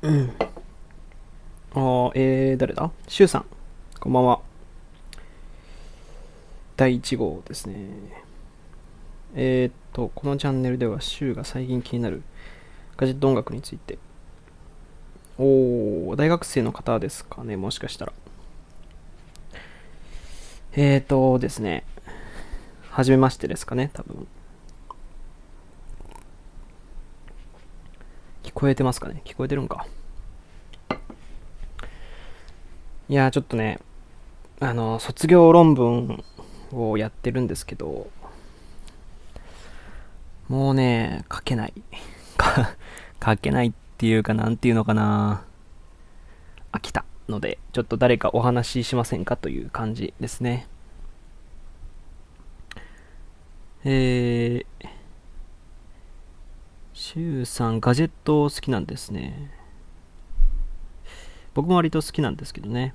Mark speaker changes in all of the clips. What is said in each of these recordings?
Speaker 1: 誰だシュウさん。こんばんは。第1号ですね。このチャンネルではシュウが最近気になるガジェット音楽について。大学生の方ですかね、もしかしたら。ですね。はじめましてですかね、多分。聞こえてますかね、聞こえてるんか。いやー、ちょっとね、卒業論文をやってるんですけど、もうね、書けない。書けないっていうか、なんていうのかな。飽きたので、ちょっと誰かお話ししませんかという感じですね。シュウさん、ガジェット好きなんですね。僕も割と好きなんですけどね。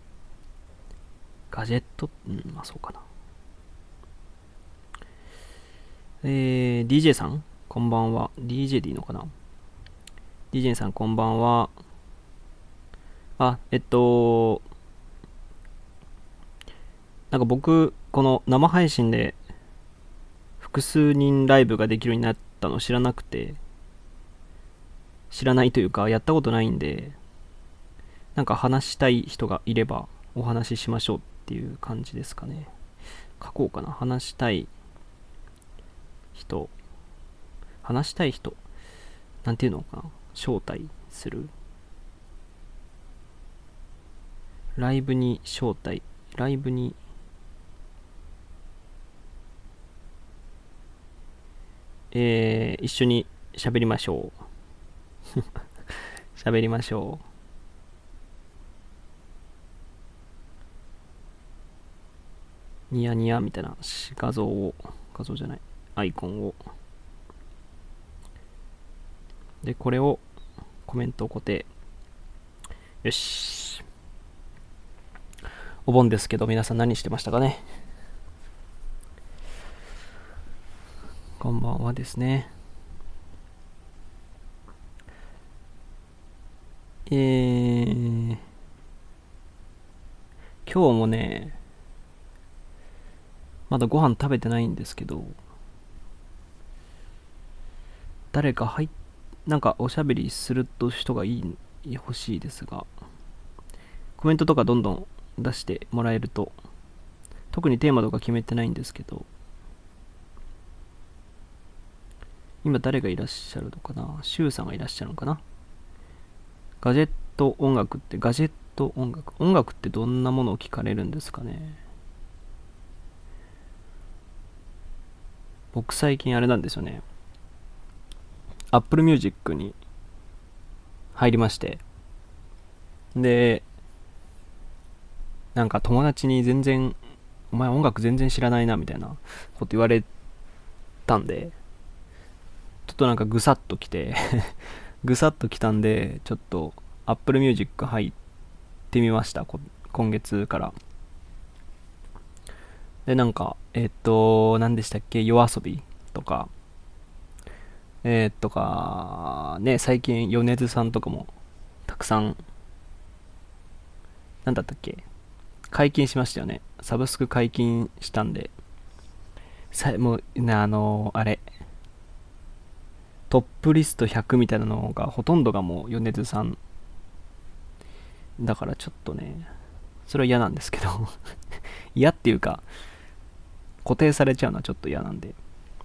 Speaker 1: ガジェット、まあそうかな。DJ さん、こんばんは。DJ でいいのかな？ DJ さん、こんばんは。あ、なんか僕、この生配信で複数人ライブができるようになったの知らなくて、知らないというか、やったことないんで、なんか話したい人がいればお話ししましょうっていう感じですかね。書こうかな。人、話したい人、なんていうのかな。招待する。ライブに招待。ライブに、一緒に喋りましょう。喋りましょう。ニヤニヤみたいな画像じゃない、アイコンを。で、これをコメント固定。よし。お盆ですけど皆さん何してましたかね。こんばんはですね。今日もね、まだご飯食べてないんですけど、誰かなんかおしゃべりすると人が欲しいですが、コメントとかどんどん出してもらえると、特にテーマとか決めてないんですけど、今誰がいらっしゃるのかな。シュウさんがいらっしゃるのかな。ガジェット音楽って、ガジェット音楽音楽ってどんなものを聞かれるんですかね。僕最近あれなんですよね。Apple Music に入りまして、で、なんか友達にお前音楽全然知らないなみたいなこと言われたんで、ちょっとなんかぐさっときてぐさっときたんで、ちょっと Apple Music 入ってみました。今月から。で、なんか、何でしたっけ、夜遊びとか、ね、最近米津さんとかもたくさん、なんだったっけ、解禁しましたよね。サブスク解禁したんで、もう、あれ、トップリスト100みたいなのがほとんどがもう米津さんだから、ちょっとね、それは嫌なんですけど嫌っていうか、固定されちゃうのはちょっと嫌なんで、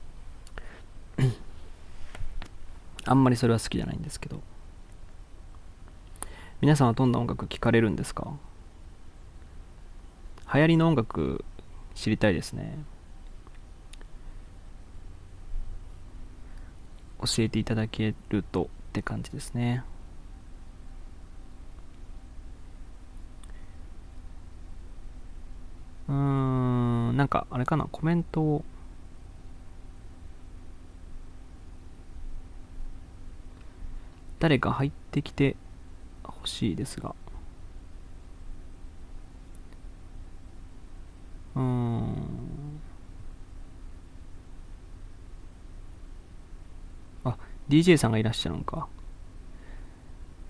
Speaker 1: あんまりそれは好きじゃないんですけど。皆さんはどんな音楽聴かれるんですか？流行りの音楽知りたいですね。教えていただけるとって感じですね。なんかあれかな、コメントを、誰か入ってきてほしいですが。うーん。あ、DJ さんがいらっしゃるのか。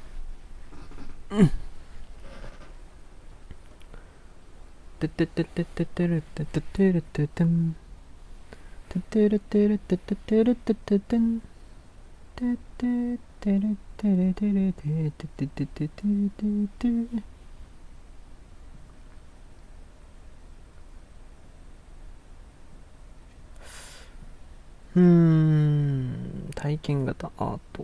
Speaker 1: てってってってってってるってってってるってってんてってるってるってってってるってってってんてってってるってるてるてってってってってってって体験型アート。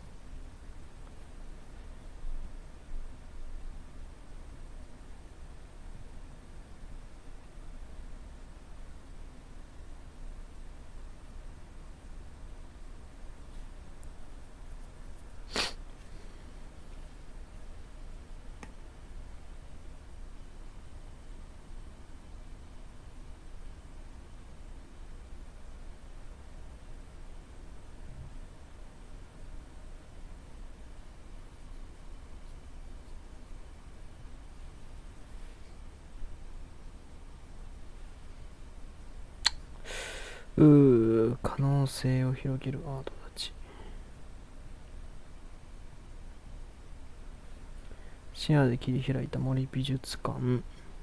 Speaker 1: 可能性を広げるアートたち。視野で切り開いた森美術館。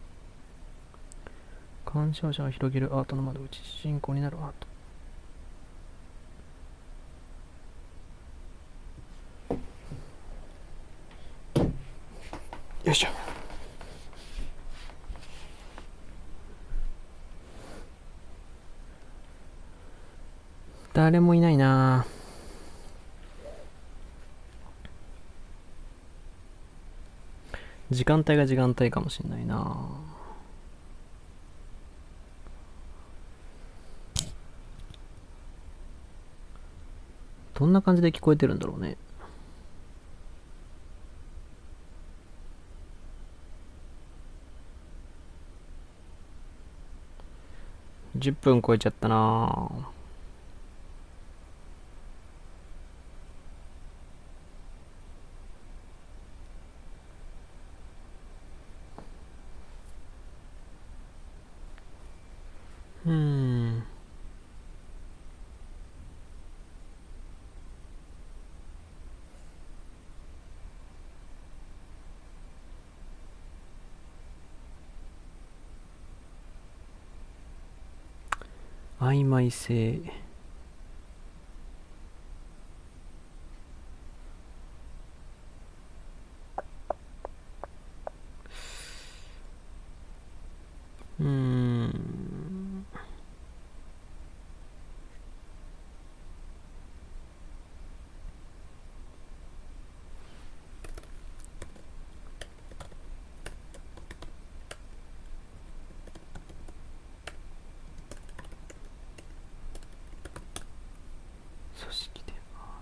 Speaker 1: 鑑賞者が広げるアートの窓口。主人公になるアート。よいしょ。誰もいないな。 時間帯が時間帯かもしんないな。どんな感じで聞こえてるんだろうね。10分超えちゃったな。うーん。曖昧性。うーん。組織で。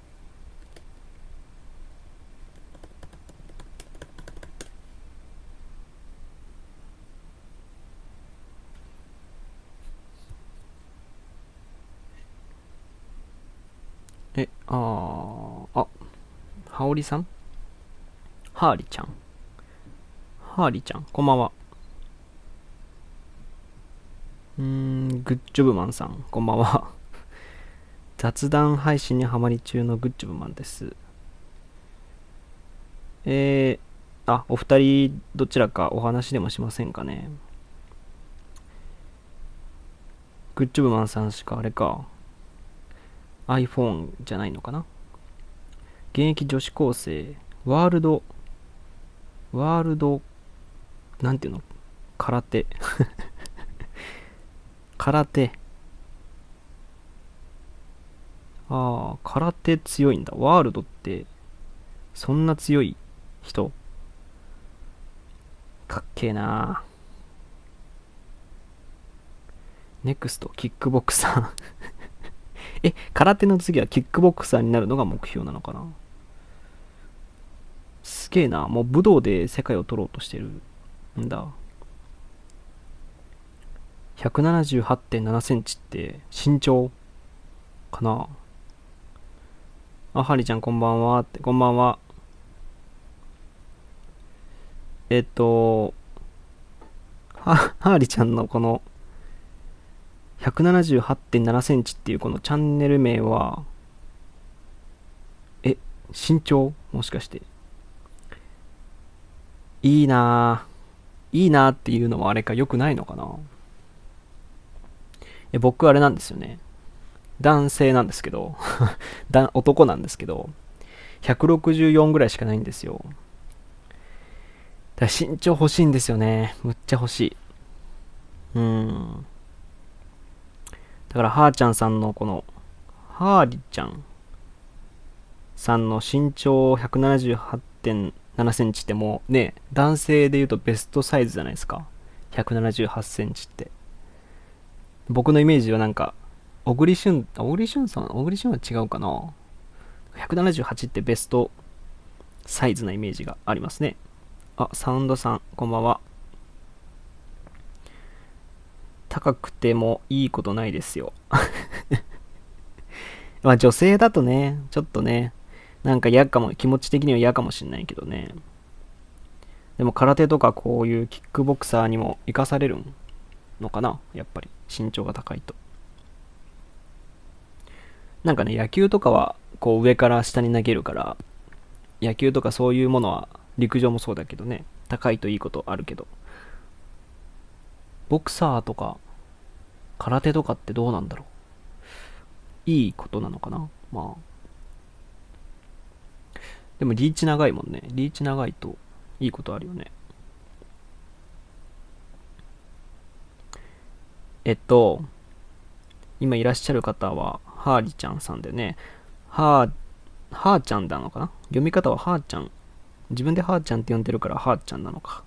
Speaker 1: はおりさん、はーりちゃん。はーりちゃん、こんばんは。グッジョブマンさん、こんばんは。雑談配信にハマり中のグッジョブマンです。お二人、どちらかお話でもしませんかね。グッジョブマンさんしかあれか。iPhone じゃないのかな。現役女子高生、ワールド、ワールド、なんていうの、空手。空手。空手強いんだ。ワールドって、そんな強い人かっけえな。ネクスト、キックボクサー。空手の次はキックボクサーになるのが目標なのかな。すげえな。もう武道で世界を取ろうとしてるんだ。178.7センチって身長かな。ハリちゃんこんばんはって、こんばんは。えっと、ハリちゃんのこの178.7センチっていうこのチャンネル名は、身長もしかして。いいなぁ。いいなぁっていうのもあれか良くないのかな。僕あれなんですよね。男性なんですけど、男なんですけど、164ぐらいしかないんですよ。だから身長欲しいんですよね。むっちゃ欲しい。うーん。だから、はーちゃんさんのこの、はーりちゃんさんの身長178.7センチってもうね、男性で言うとベストサイズじゃないですか。178センチって。僕のイメージはなんか、小栗旬は違うかな。178ってベストサイズなイメージがありますね。サウンドさん、こんばんは。高くてもいいことないですよ。まあ女性だとね、ちょっとね、なんか嫌かも、気持ち的には嫌かもしんないけどね。でも空手とかこういうキックボクサーにも活かされるのかな、やっぱり身長が高いと。なんかね、野球とかはこう上から下に投げるから、野球とかそういうものは陸上もそうだけどね、高いといいことあるけど、ボクサーとか空手とかってどうなんだろう。いいことなのかな。まあでもリーチ長いもんね。リーチ長いといいことあるよね。えっと今いらっしゃる方はハーリちゃんさんでね、はーちゃんなのかな、読み方ははーちゃん自分ではーちゃんって呼んでるからはーちゃんなのか。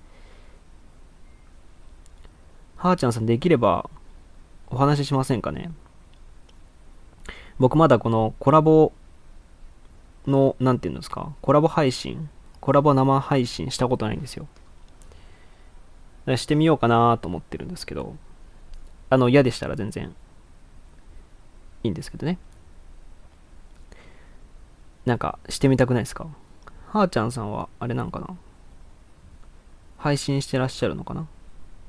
Speaker 1: はーちゃんさん、できればお話ししませんかね。僕まだこのコラボの、なんていうんですか、コラボ配信、コラボ生配信したことないんですよ。してみようかなと思ってるんですけど、嫌でしたら全然いいんですけどね。なんか、してみたくないですか？はーちゃんさんは、あれなんかな、配信してらっしゃるのかな？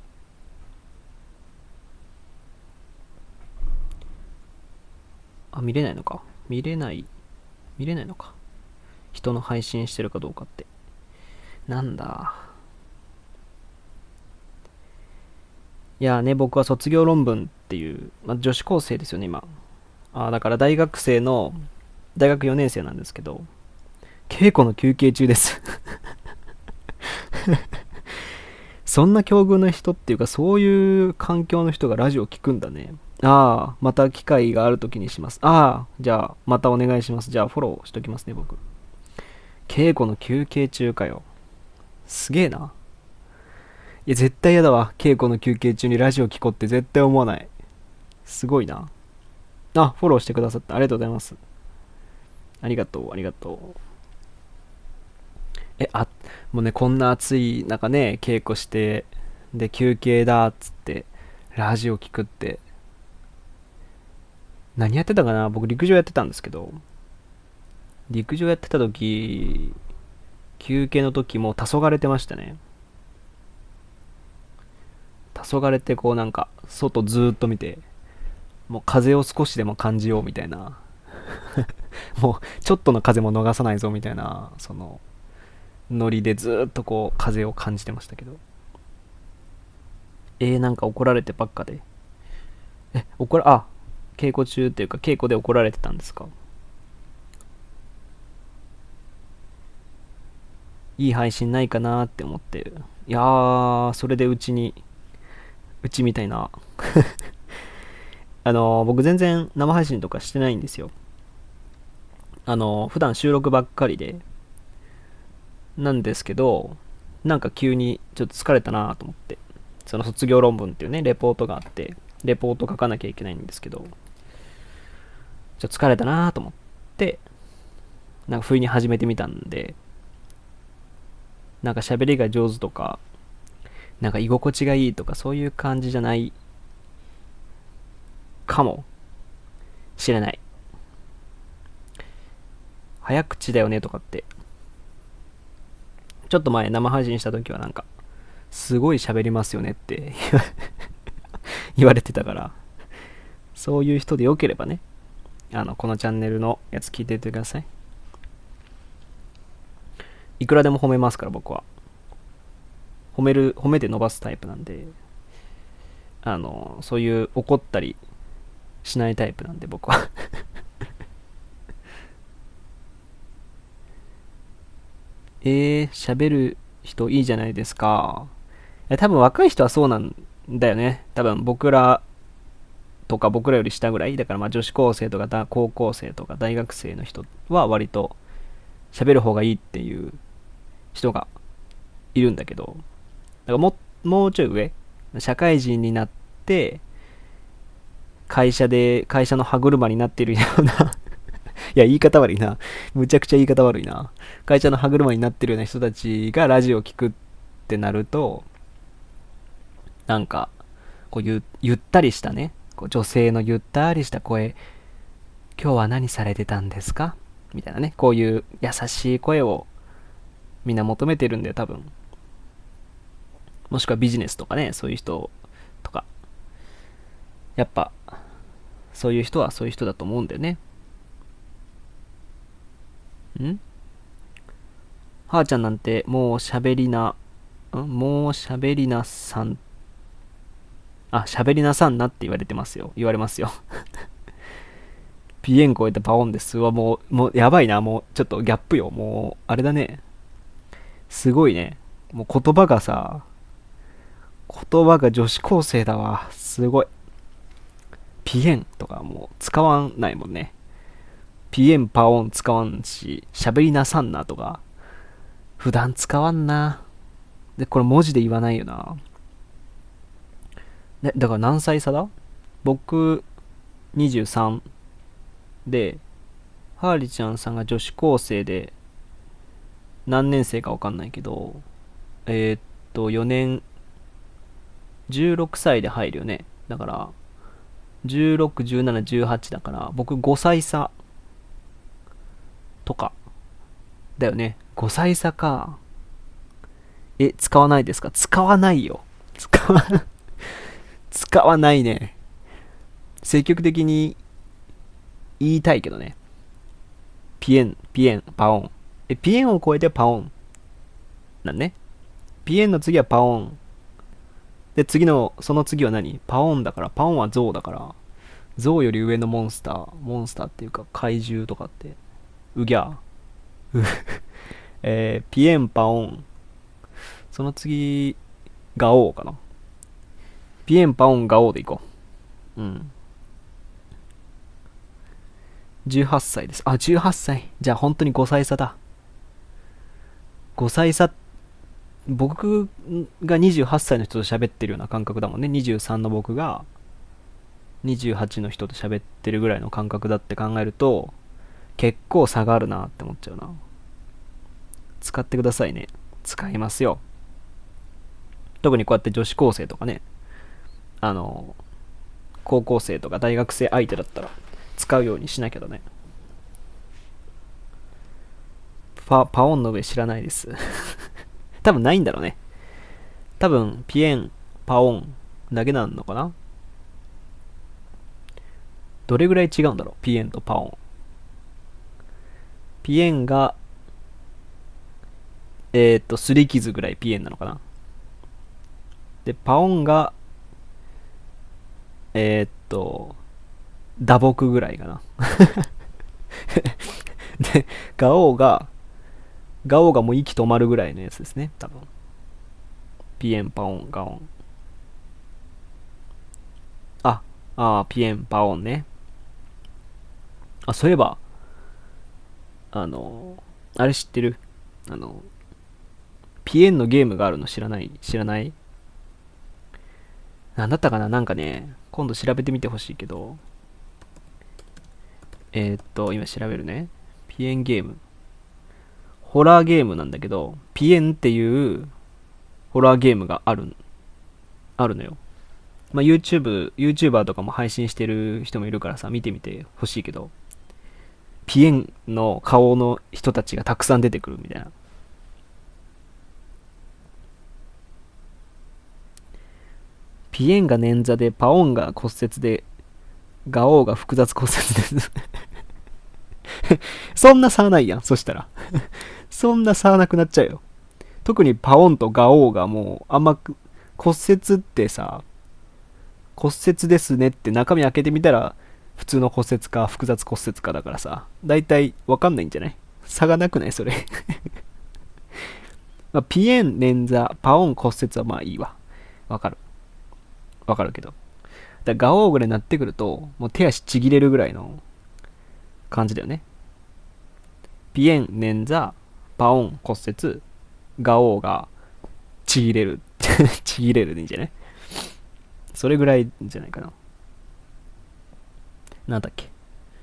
Speaker 1: あ、見れないのか。見れないのか。人の配信してるかどうかって。なんだ。いやね、僕は卒業論文っていう、女子高生ですよね、今。だから大学4年生なんですけど、稽古の休憩中です。そんな境遇の人っていうか、そういう環境の人がラジオ聞くんだね。また機会がある時にします。じゃあ、またお願いします。じゃあ、フォローしときますね、僕。稽古の休憩中かよ。すげえな。いや、絶対嫌だわ。稽古の休憩中にラジオ聞こうって絶対思わない。すごいな。フォローしてくださってありがとうございます。ありがとう、ありがとう。もうね、こんな暑い中ね、稽古して、で、休憩だっつって、ラジオ聞くって、何やってたかな。僕陸上やってたんですけど、陸上やってた時、休憩の時も黄昏てましたね。黄昏ってこうなんか、外ずーっと見て、もう風を少しでも感じようみたいな、もうちょっとの風も逃さないぞみたいな、その、ノリでずーっとこう風を感じてましたけど。なんか怒られてばっかで。え、怒ら、あ、稽古中っていうか稽古で怒られてたんですか？いい配信ないかなって思って。いやー、それでうちみたいな。僕全然生配信とかしてないんですよ。普段収録ばっかりで、なんですけど、なんか急にちょっと疲れたなと思って、その卒業論文っていうね、レポートがあって、レポート書かなきゃいけないんですけど、ちょっと疲れたなと思って、なんか不意に始めてみたんで、なんか喋りが上手とか、なんか居心地がいいとかそういう感じじゃないかもしれない。早口だよねとかって、ちょっと前生配信した時はなんか、すごい喋りますよねって言われてたから、そういう人でよければね、このチャンネルのやつ聞いていってください。いくらでも褒めますから僕は。褒めて伸ばすタイプなんで、そういう怒ったりしないタイプなんで僕は。喋る人いいじゃないですか。多分若い人はそうなんだよね。多分僕らとか僕らより下ぐらい。だからまあ女子高生とか高校生とか大学生の人は割と喋る方がいいっていう人がいるんだけど、だからもうちょい上、社会人になって、会社の歯車になっているようないや、言い方悪いな。むちゃくちゃ言い方悪いな。会社の歯車になっているような人たちがラジオを聞くってなると、なんか、こうゆったりしたね、こう女性のゆったりした声、今日は何されてたんですかみたいなね、こういう優しい声をみんな求めてるんだよ、多分。もしくはビジネスとかね、そういう人とか。やっぱ、そういう人はそういう人だと思うんだよね。はーちゃんなんて、もう喋りなさん、喋りなさんなって言われますよ。ピエン超えたパオンですわ、もう、やばいな、もう、ちょっとギャップよ。もう、あれだね。すごいね。もう言葉が女子高生だわ。すごい。ピエンとかもう使わないもんね。ピエンパオン使わんし、喋りなさんなとか、 普段使わんな。で、これ文字で言わないよな。だから何歳差だ？僕、23で、ハーリちゃんさんが女子高生で、何年生かわかんないけど、4年、16歳で入るよね。だから、16、17、18だから、僕5歳差とか、だよね。5歳差か。使わないですか？使わないよ。使わないね。積極的に言いたいけどね。ピエン、ピエン、パオン。ピエンを超えてパオン。なんね。ピエンの次はパオン。で、その次は何？パオンだから、パオンはゾウだから、ゾウより上のモンスターっていうか怪獣とかって、ウギャー。ピエン、パオン。その次、ガオーかな。ピエン、パオン、ガオーでいこう。うん。18歳です。あ、18歳。じゃあ本当に5歳差だ。5歳差、僕が28歳の人と喋ってるような感覚だもんね。23の僕が28の人と喋ってるぐらいの感覚だって考えると、結構差があるなって思っちゃうな。使ってくださいね。使いますよ。特にこうやって女子高生とかね、あの、高校生とか大学生相手だったら使うようにしなきゃだね。パオンの上知らないです。多分ないんだろうね。多分、ピエン、パオンだけなのかな。どれぐらい違うんだろう、ピエンとパオン。ピエンが、すり傷ぐらいピエンなのかな。で、パオンが、打撲ぐらいかな。で、ガオーが、ガオーがもう息止まるぐらいのやつですね、多分。ピエン、パオン、ガオン。あ、ピエン、パオンね。そういえば、あれ知ってる？あの、ピエンのゲームがあるの知らない？なんだったかな、なんかね、今度調べてみてほしいけど、今調べるね。ピエンゲーム。ホラーゲームなんだけど、ピエンっていうホラーゲームがあるのよ。まあ、YouTuber とかも配信してる人もいるからさ、見てみてほしいけど、ピエンの顔の人たちがたくさん出てくるみたいな。ピエンが捻挫で、パオンが骨折で、ガオーが複雑骨折です。そんな差はないやん、そしたら。そんな差はなくなっちゃうよ。特にパオンとガオーがもう、骨折ってさ、骨折ですねって中身開けてみたら、普通の骨折か複雑骨折かだからさ、だいたいわかんないんじゃない？差がなくないそれ？まあ、ピエン、捻挫、パオン、骨折はまあいいわ。わかる。わかるけど。ガオーぐらいになってくると、もう手足ちぎれるぐらいの感じだよね。ピエン、捻挫、パオン、骨折、ガオーがちぎれる。ちぎれるでいいんじゃない？それぐらいじゃないかな。なんだっけ。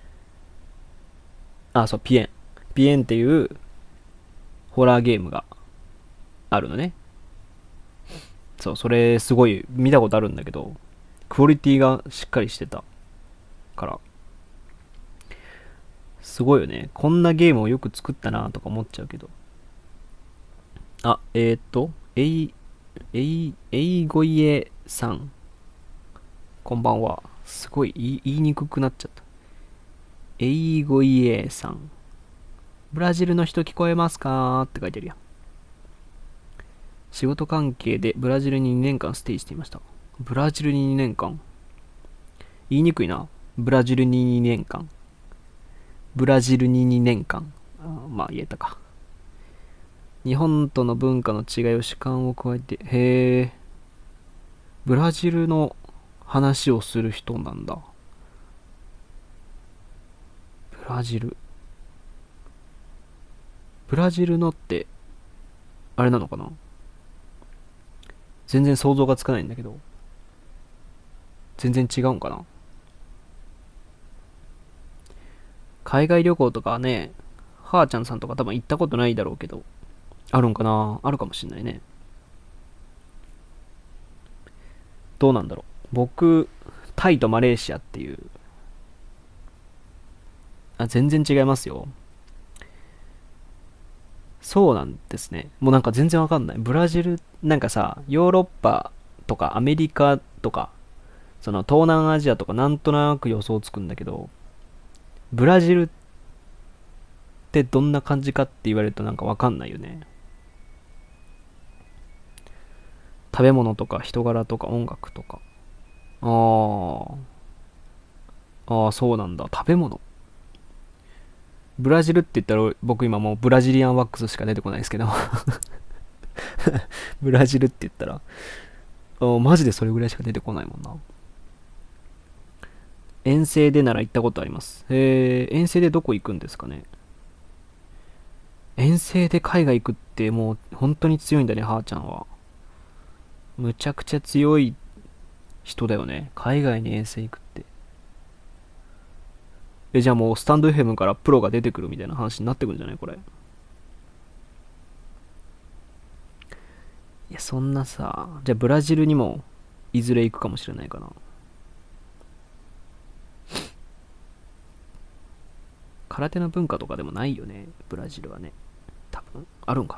Speaker 1: そう、ピエン。ピエンっていうホラーゲームがあるのね。そう、それすごい見たことあるんだけど、クオリティがしっかりしてたから、すごいよね。こんなゲームをよく作ったなとか思っちゃうけど。エイゴイエさん、こんばんは。すごい言いにくくなっちゃった。エイゴイエさん。ブラジルの人聞こえますかって書いてるやん。仕事関係でブラジルに2年間ステイしていました。ブラジルに2年間、言いにくいな。ブラジルに2年間。ブラジルに2年間。まあ言えたか。日本との文化の違いを主観を加えて、へえ、ブラジルの話をする人なんだ。ブラジル。ブラジルのってあれなのかな。全然想像がつかないんだけど。全然違うんかな。海外旅行とかね、はーちゃんさんとか多分行ったことないだろうけど、あるんかな。あるかもしんないね。どうなんだろう。僕、タイとマレーシアっていう、全然違いますよ。そうなんですね。もうなんか全然わかんない。ブラジル、なんかさ、ヨーロッパとかアメリカとか、その東南アジアとかなんとなく予想つくんだけど、ブラジルってどんな感じかって言われるとなんかわかんないよね。食べ物とか人柄とか音楽とか。あー、あー、そうなんだ。食べ物。ブラジルって言ったら僕今もうブラジリアンワックスしか出てこないですけどブラジルって言ったら、マジでそれぐらいしか出てこないもんな。遠征でなら行ったことあります。遠征でどこ行くんですかね。遠征で海外行くってもう本当に強いんだね、はーちゃんは。むちゃくちゃ強い人だよね。海外に遠征行くって。じゃあもうスタンド FM からプロが出てくるみたいな話になってくるんじゃないこれ。いや、そんなさ、じゃあブラジルにもいずれ行くかもしれないかな。空手の文化とかでもないよね、ブラジルはね。多分、あるんか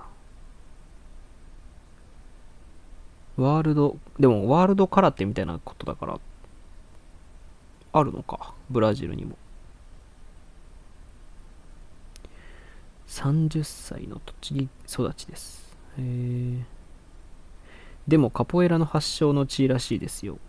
Speaker 1: な。でもワールド空手みたいなことだから、あるのか、ブラジルにも。30歳の栃木育ちです。でもカポエラの発祥の地らしいですよ。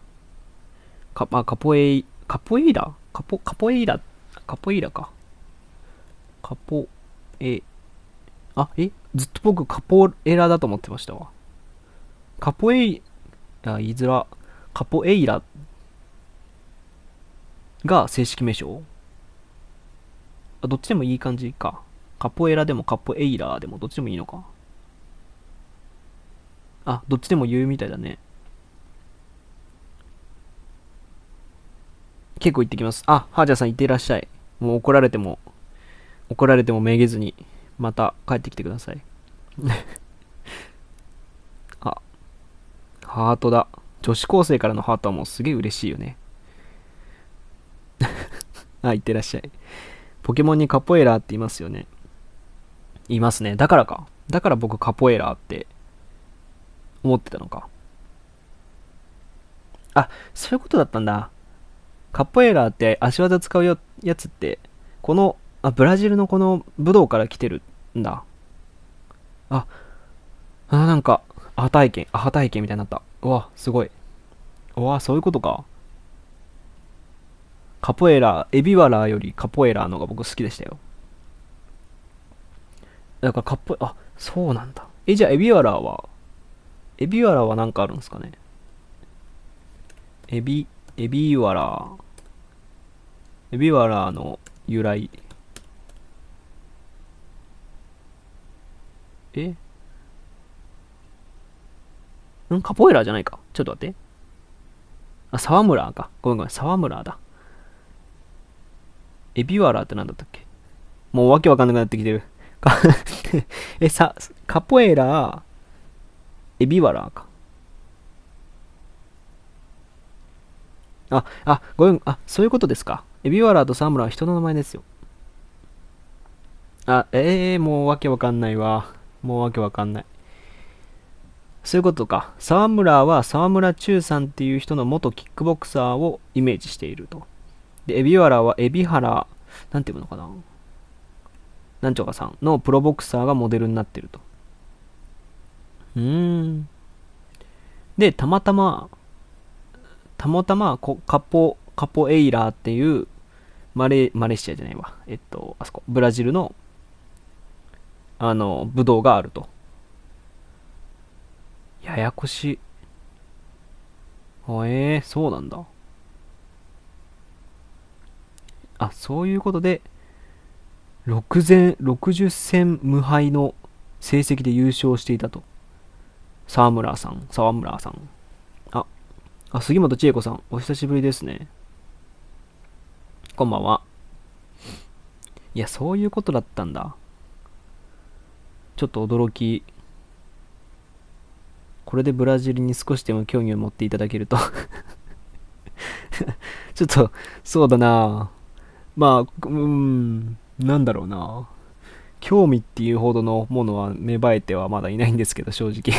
Speaker 1: カポエイラカポエイラ、カポエイラか。カポエ、ずっと僕カポエラだと思ってましたわ。カポエイ、言いづら。カポエイラが正式名称。どっちでもいい感じか。カポエラでもカポエイラーでもどっちでもいいのか。どっちでも言うみたいだね。結構行ってきます。ハージャーさん行っていらっしゃい。もう怒られてもめげずに、また帰ってきてください。あ、ハートだ。女子高生からのハートはもうすげえ嬉しいよね。行ってらっしゃい。ポケモンにカポエラーって言いますよね。言いますね。だからか。だから僕カポエラーって思ってたのか。そういうことだったんだ。カポエラーって足技使うやつって、この、ブラジルのこの武道から来てるんだ。あ、なんか、アハ体験みたいになった。うわ、すごい。うわ、そういうことか。カポエラー、エビワラーよりカポエラーの方が僕好きでしたよ。だからそうなんだ。じゃあエビワラーはなんかあるんですかね。エビ、エビワラー、エビワラーの由来。えカポエラーじゃないか。ちょっと待って。沢村か。ごめんごめん、沢村だ。エビワラーってなんだったっけ。もうわけわかんなくなってきてる。カポエラー、エビワラーか。ごめん、そういうことですか。エビワラーと沢村は人の名前ですよ。もうわけわかんないわ。もうわけわかんない。そういうことか。沢村は沢村忠さんっていう人の元キックボクサーをイメージしていると。で、エビワラはエビハラ、なんていうのかな。なんちょかさんのプロボクサーがモデルになってると。うーん。で、たまたまカポエイラーっていうマレーシアじゃないわ。あそこ、ブラジルの、武道があると。ややこしい。そうなんだ。そういうことで、60戦無敗の成績で優勝していたと。沢村さん。あ、杉本千恵子さん、お久しぶりですね。こんばんは。いや、そういうことだったんだ。ちょっと驚き。これでブラジルに少しでも興味を持っていただけるとちょっと、そうだな。まあ、なんだろうな。興味っていうほどのものは芽生えてはまだいないんですけど、正直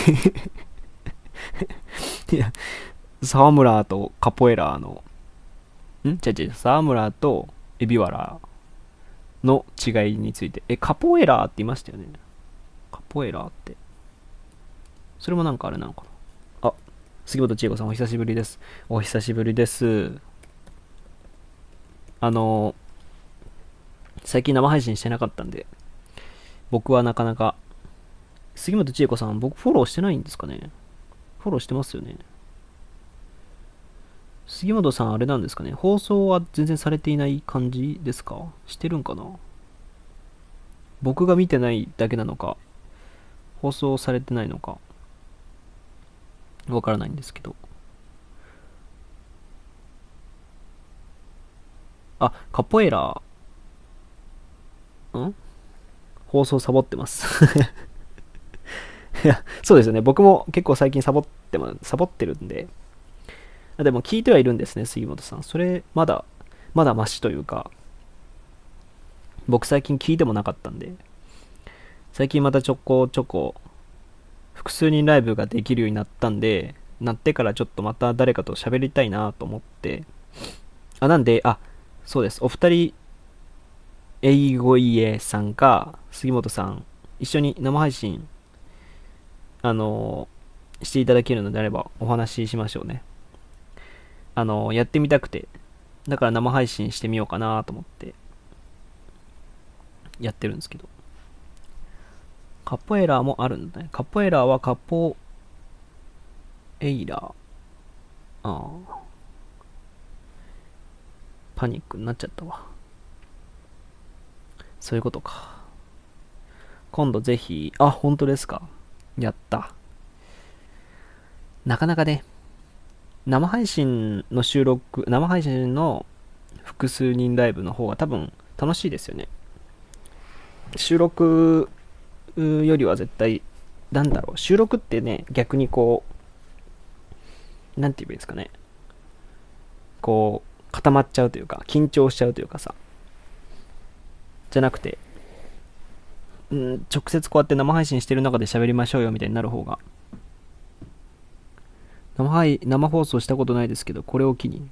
Speaker 1: いや、沢村とカポエラーの、沢村とエビワラの違いについて。カポエラーって言いましたよね。カポエラーって。それもなんかあれなのかな。杉本千恵子さんお久しぶりです。お久しぶりです。あの、最近生配信してなかったんで、僕はなかなか、杉本千恵子さん僕フォローしてないんですかね。フォローしてますよね。杉本さんあれなんですかね。放送は全然されていない感じですか？してるんかな？僕が見てないだけなのか、放送されてないのか、わからないんですけど。カポエラ放送サボってますいや、そうですよね。僕も結構最近サボってるんで。でも聞いてはいるんですね、杉本さん。それ、まだマシというか、僕最近聞いてもなかったんで、最近またちょこちょこ複数人ライブができるようになってからちょっとまた誰かと喋りたいなと思って、なんで、そうです。お二人、エイゴイエさんか杉本さん、一緒に生配信、していただけるのであればお話ししましょうね。やってみたくて、だから生配信してみようかなと思ってやってるんですけど。カポエラーもあるんだね。カポエラーはカポエイラー。パニックになっちゃったわ。そういうことか。今度ぜひ、本当ですか。やった。なかなかね、生配信の複数人ライブの方が多分楽しいですよね。収録よりは絶対、なんだろう、収録ってね、逆にこう、なんて言えばいいですかね。こう、固まっちゃうというか、緊張しちゃうというかさ、じゃなくて、直接こうやって生配信してる中で喋りましょうよみたいになる方が、生放送したことないですけど、これを機に、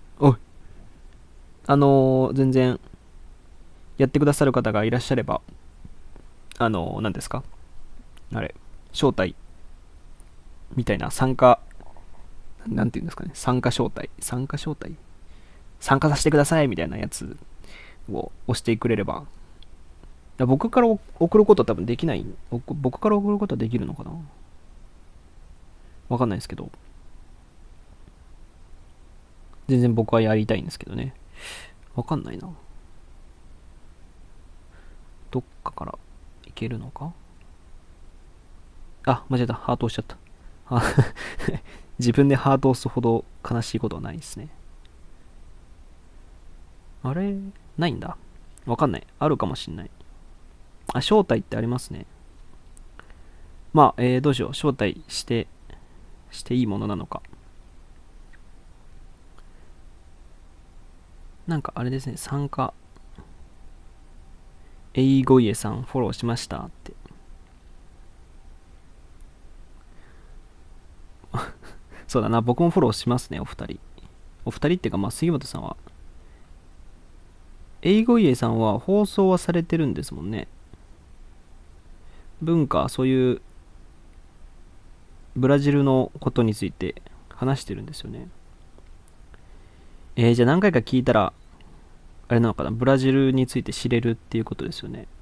Speaker 1: 全然、やってくださる方がいらっしゃれば、何ですかあれ、招待みたいななんていうんですかね、参加させてくださいみたいなやつを押してくれれば、僕から送ることは多分できない、僕から送ることはできるのかな、わかんないですけど、全然僕はやりたいんですけどね。わかんないな。どっかからいけるのか。間違えた。ハート押しちゃった。自分でハート押すほど悲しいことはないですね。あれないんだ。わかんない。あるかもしんない。招待ってありますね。どうしよう。招待していいものなのか。なんかあれですね。参加。エイゴイエさんフォローしましたって。そうだな。僕もフォローしますね。お二人。お二人っていうか、杉本さんは。エイゴイエさんは放送はされてるんですもんね。そういうブラジルのことについて話してるんですよね。じゃあ何回か聞いたら、あれなのかな、ブラジルについて知れるっていうことですよね。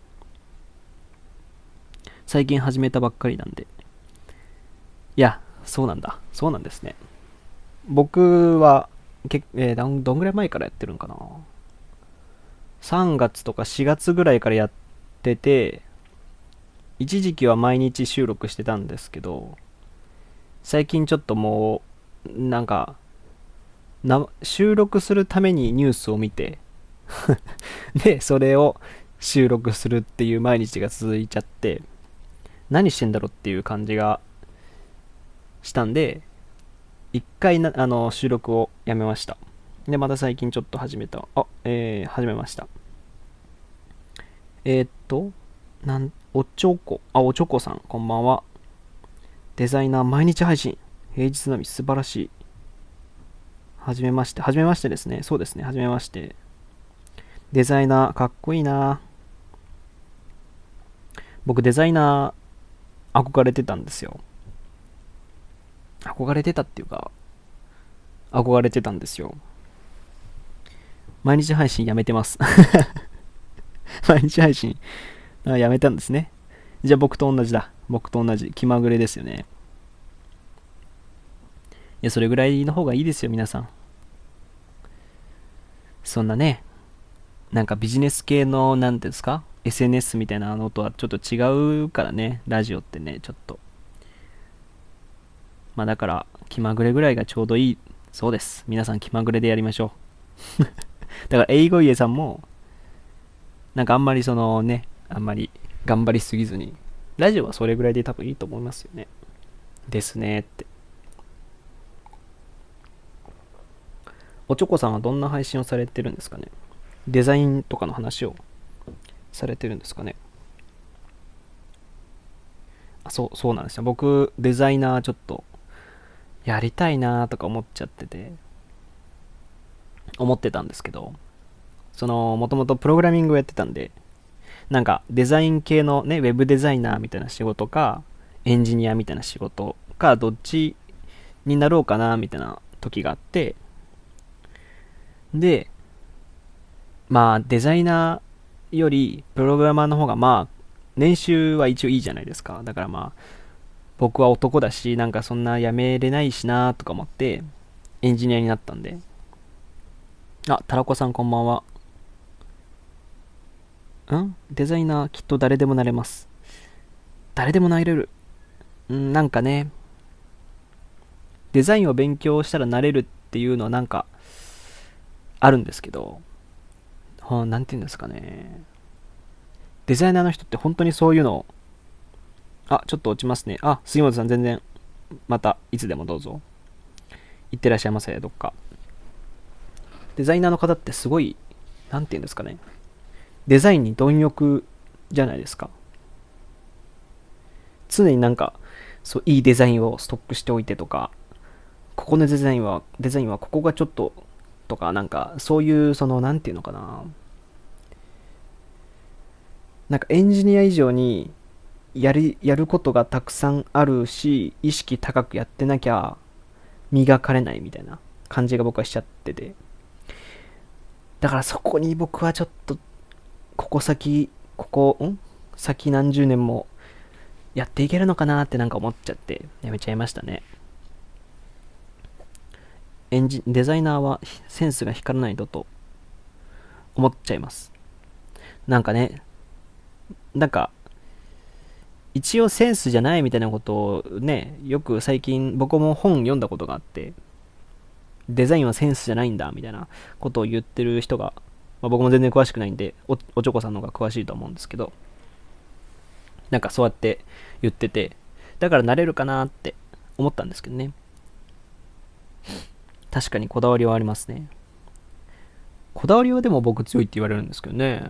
Speaker 1: 最近始めたばっかりなんで。いや、そうなんだ。そうなんですね。僕は、どんぐらい前からやってるんかな。3月とか4月ぐらいからやってて、 一時期は毎日収録してたんですけど、最近ちょっともう、なんか、収録するためにニュースを見て、で、それを収録するっていう毎日が続いちゃって、何してんだろうっていう感じがしたんで、一回収録をやめました。で、また最近ちょっと始めました。えーっと、おちょこさん、こんばんは。デザイナー毎日配信。平日のみ素晴らしい。はじめまして。はじめましてですね。そうですね。はじめまして。デザイナー、かっこいいな。僕、デザイナー、憧れてたんですよ。憧れてたっていうか、憧れてたんですよ。毎日配信やめてます。毎日配信やめたんですね。じゃあ僕と同じだ。僕と同じ。気まぐれですよね。いや、それぐらいの方がいいですよ、皆さん。そんなね、なんかビジネス系の、なんていうんですか ?SNS みたいなのとはちょっと違うからね、ラジオってね、ちょっと。まあだから、気まぐれぐらいがちょうどいい。そうです。皆さん気まぐれでやりましょう。だから、英語家さんも、なんかあんまりそのね、あんまり頑張りすぎずに、ラジオはそれぐらいで多分いいと思いますよね。ですねって。おちょこさんはどんな配信をされてるんですかね。デザインとかの話をされてるんですかね。そうなんですよ。僕、デザイナーちょっとやりたいなとか思ってたんですけど、もともとプログラミングをやってたんで、なんかデザイン系のね、ウェブデザイナーみたいな仕事か、エンジニアみたいな仕事か、どっちになろうかなみたいな時があって、で、まあデザイナーよりプログラマーの方がまあ、年収は一応いいじゃないですか。だからまあ、僕は男だし、なんかそんな辞めれないしなとか思って、エンジニアになったんで。あ、タラコさんこんばんは。デザイナーきっと誰でもなれます。誰でもなれる。なんかね、デザインを勉強したらなれるっていうのはなんかあるんですけど、なんて言うんですかね。デザイナーの人って本当にそういうのを、ちょっと落ちますね。杉本さん全然、またいつでもどうぞ。行ってらっしゃいませ、どっか。デザイナーの方ってすごい、なんて言うんですかね。デザインに貪欲じゃないですか。常になんか、そう、いいデザインをストックしておいてとか、ここのデザインはここがちょっと、とか、なんか、そういう、なんていうのかな。なんかエンジニア以上にやることがたくさんあるし、意識高くやってなきゃ磨かれないみたいな感じが僕はしちゃってて。だからそこに僕はちょっと、ここ先、ここ、先何十年もやっていけるのかなってなんか思っちゃってやめちゃいましたね。デザイナーはセンスが光らないと思っちゃいます。なんかね、なんか一応センスじゃないみたいなことをね、よく最近僕も本読んだことがあって、デザインはセンスじゃないんだみたいなことを言ってる人が、僕も全然詳しくないんで、おちょこさんの方が詳しいと思うんですけど、なんかそうやって言ってて、だからなれるかなって思ったんですけどね。確かにこだわりはありますね。こだわりはでも僕強いって言われるんですけどね。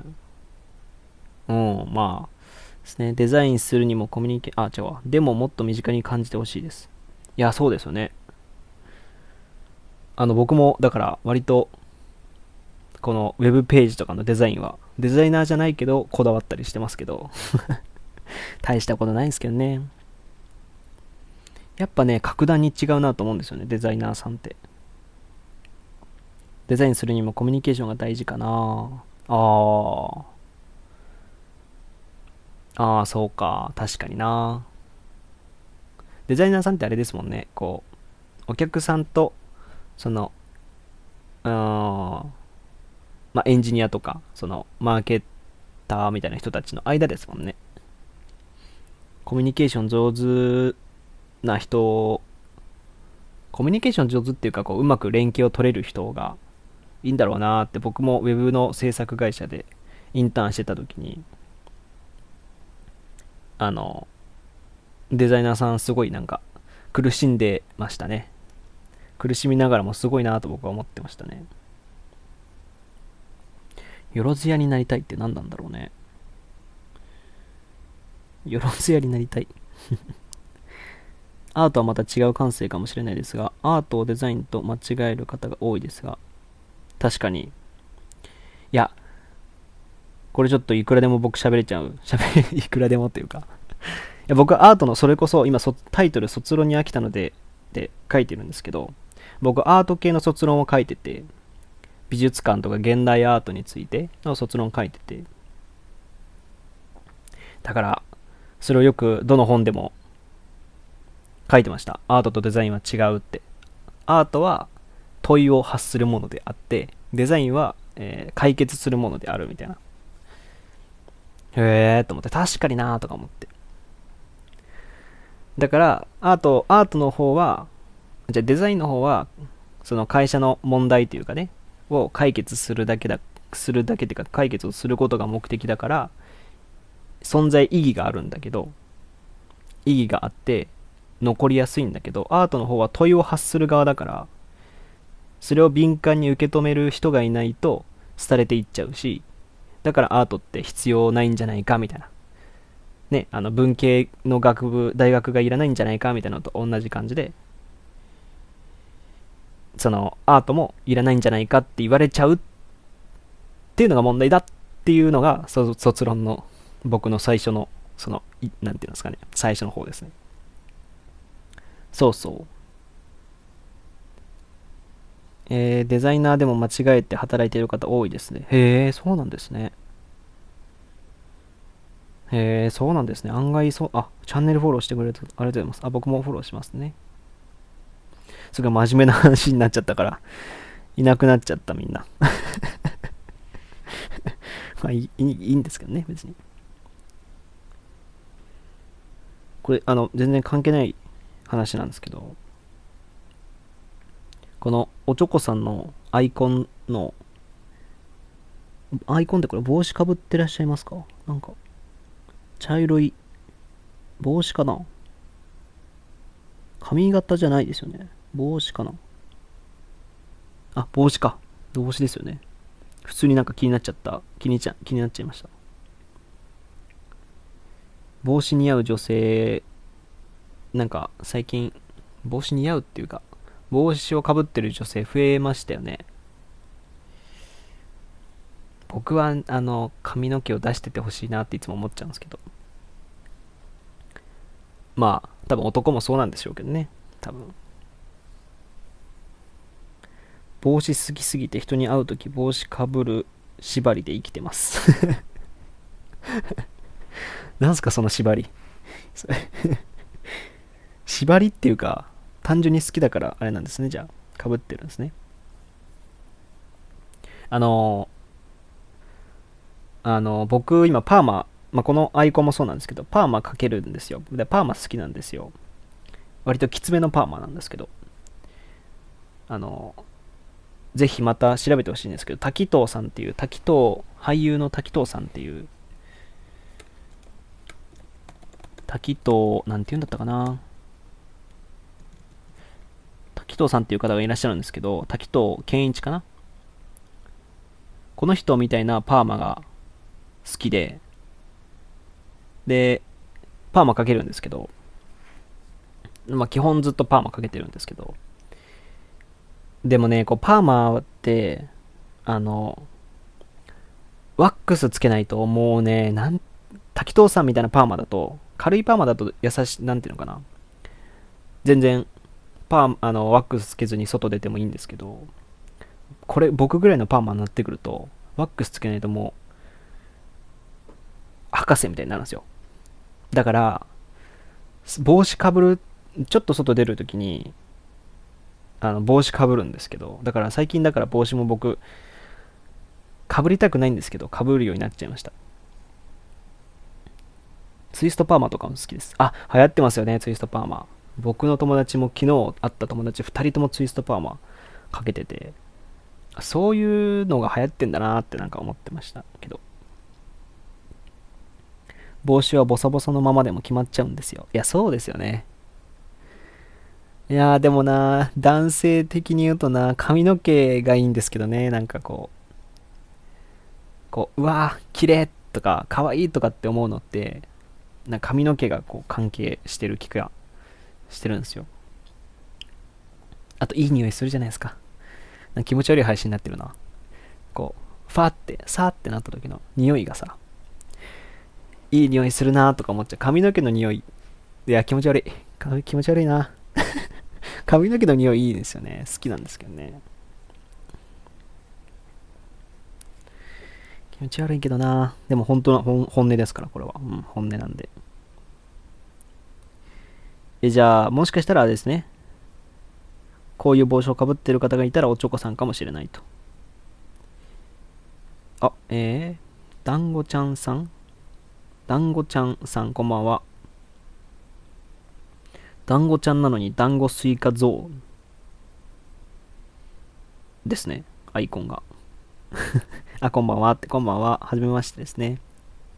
Speaker 1: まあ、ですね。デザインするにもコミュニケ違うわ。でももっと身近に感じてほしいです。いや、そうですよね。僕も、だから割と、このウェブページとかのデザインは、デザイナーじゃないけど、こだわったりしてますけど、大したことないんですけどね。やっぱね、格段に違うなと思うんですよね、デザイナーさんって。デザインするにもコミュニケーションが大事かな。そうか。確かにな。デザイナーさんってあれですもんね。こう、お客さんと、その、エンジニアとか、マーケターみたいな人たちの間ですもんね。 コミュニケーション上手な人、コミュニケーション上手っていうか、こう、うまく連携を取れる人がいいんだろうなって、僕もウェブの制作会社でインターンしてた時に、あの、デザイナーさんすごいなんか苦しんでましたね。苦しみながらもすごいなと僕は思ってましたね。よろずやになりたいって何なんだろうね。よろずやになりたい。アートはまた違う感性かもしれないですが、アートをデザインと間違える方が多いですが、確かに、いや、これちょっといくらでも僕喋れちゃう。いくらでもっていうか。いや僕はアートの、それこそ今タイトル卒論に飽きたのでって書いてるんですけど、僕アート系の卒論を書いてて、美術館とか現代アートについての卒論を書いてて、だからそれをよくどの本でも書いてました。アートとデザインは違うって。アートは問いを発するものであって、デザインは、解決するものであるみたいな。へーと思って、確かになーとか思って。だからアートの方は、じゃあデザインの方は、その会社の問題というかね、を解決するだけっていうか、解決をすることが目的だから、存在意義があるんだけど、意義があって、残りやすいんだけど、アートの方は問いを発する側だから、それを敏感に受け止める人がいないと、廃れていっちゃうし、だからアートって必要ないんじゃないかみたいな。ね、文系の学部、大学がいらないんじゃないかみたいなのと同じ感じで、そのアートもいらないんじゃないかって言われちゃうっていうのが問題だっていうのが卒論の僕の最初のそのなんていうんですかね、最初の方ですね。そうそう。デザイナーでも間違えて働いている方多いですね。へえ、そうなんですね。へえ、そうなんですね。案外そう、あ、チャンネルフォローしてくれるとありがとうございます。あ、僕もフォローしますね。それが真面目な話になっちゃったから、いなくなっちゃったみんな。まあいいんですけどね、別に。これ、全然関係ない話なんですけど、このおちょこさんのアイコンってこれ帽子かぶってらっしゃいますか？なんか、茶色い帽子かな？髪型じゃないですよね。帽子かな？あ、帽子か。帽子ですよね。普通になんか気になっちゃいました。帽子似合う女性、なんか最近、帽子似合うっていうか、帽子をかぶってる女性増えましたよね。僕は、髪の毛を出しててほしいなっていつも思っちゃうんですけど。まあ、多分男もそうなんでしょうけどね。多分。帽子好きすぎて人に会うとき帽子かぶる縛りで生きてます。なんすかその縛り。縛りっていうか、単純に好きだからあれなんですね。じゃあ、かぶってるんですね。あの僕今パーマ、まあ、このアイコンもそうなんですけど、パーマかけるんですよ。で、パーマ好きなんですよ。割ときつめのパーマなんですけど、あのぜひまた調べてほしいんですけど、俳優の滝藤さんっていう、滝藤、なんて言うんだったかな。滝藤さんっていう方がいらっしゃるんですけど、滝藤健一かな。この人みたいなパーマが好きで、パーマかけるんですけど、まあ基本ずっとパーマかけてるんですけど、でもね、こうパーマって、あの、ワックスつけないともうね、滝藤さんみたいなパーマだと、軽いパーマだとなんていうのかな。全然、ワックスつけずに外出てもいいんですけど、これ僕ぐらいのパーマになってくると、ワックスつけないともう、博士みたいになるんですよ。だから、帽子かぶる、ちょっと外出るときに、帽子かぶるんですけど、だから最近だから帽子も僕、かぶりたくないんですけど、かぶるようになっちゃいました。つツイストパーマとかも好きです。あ、流行ってますよね、ツイストパーマ。僕の友達も昨日会った友達2人ともツイストパーマかけてて、そういうのが流行ってんだなってなんか思ってましたけど、帽子はボサボサのままでも決まっちゃうんですよ。いや、そうですよね。いやーでもな、男性的に言うとな、髪の毛がいいんですけどね、なんかうわー、綺麗とか、可愛いとかって思うのって、なんか髪の毛がこう関係してる気がしてるんですよ。あと、いい匂いするじゃないですか。なんか気持ち悪い配信になってるな。ファーって、サーってなった時の匂いがさ、いい匂いするなとか思っちゃう。髪の毛の匂い。いや、気持ち悪い。気持ち悪いな。髪の毛の匂いいいですよね。好きなんですけどね。気持ち悪いけどな。でも本当の本音ですから、これは。うん、本音なんで。じゃあ、もしかしたらあれですね。こういう帽子をかぶってる方がいたらおちょこさんかもしれないと。あ、団子ちゃんさん団子ちゃんさん、こんばんは。団子ちゃんなのに団子スイカゾーンですね。アイコンが。あ、こんばんはって、こんばんは。はじめましてですね。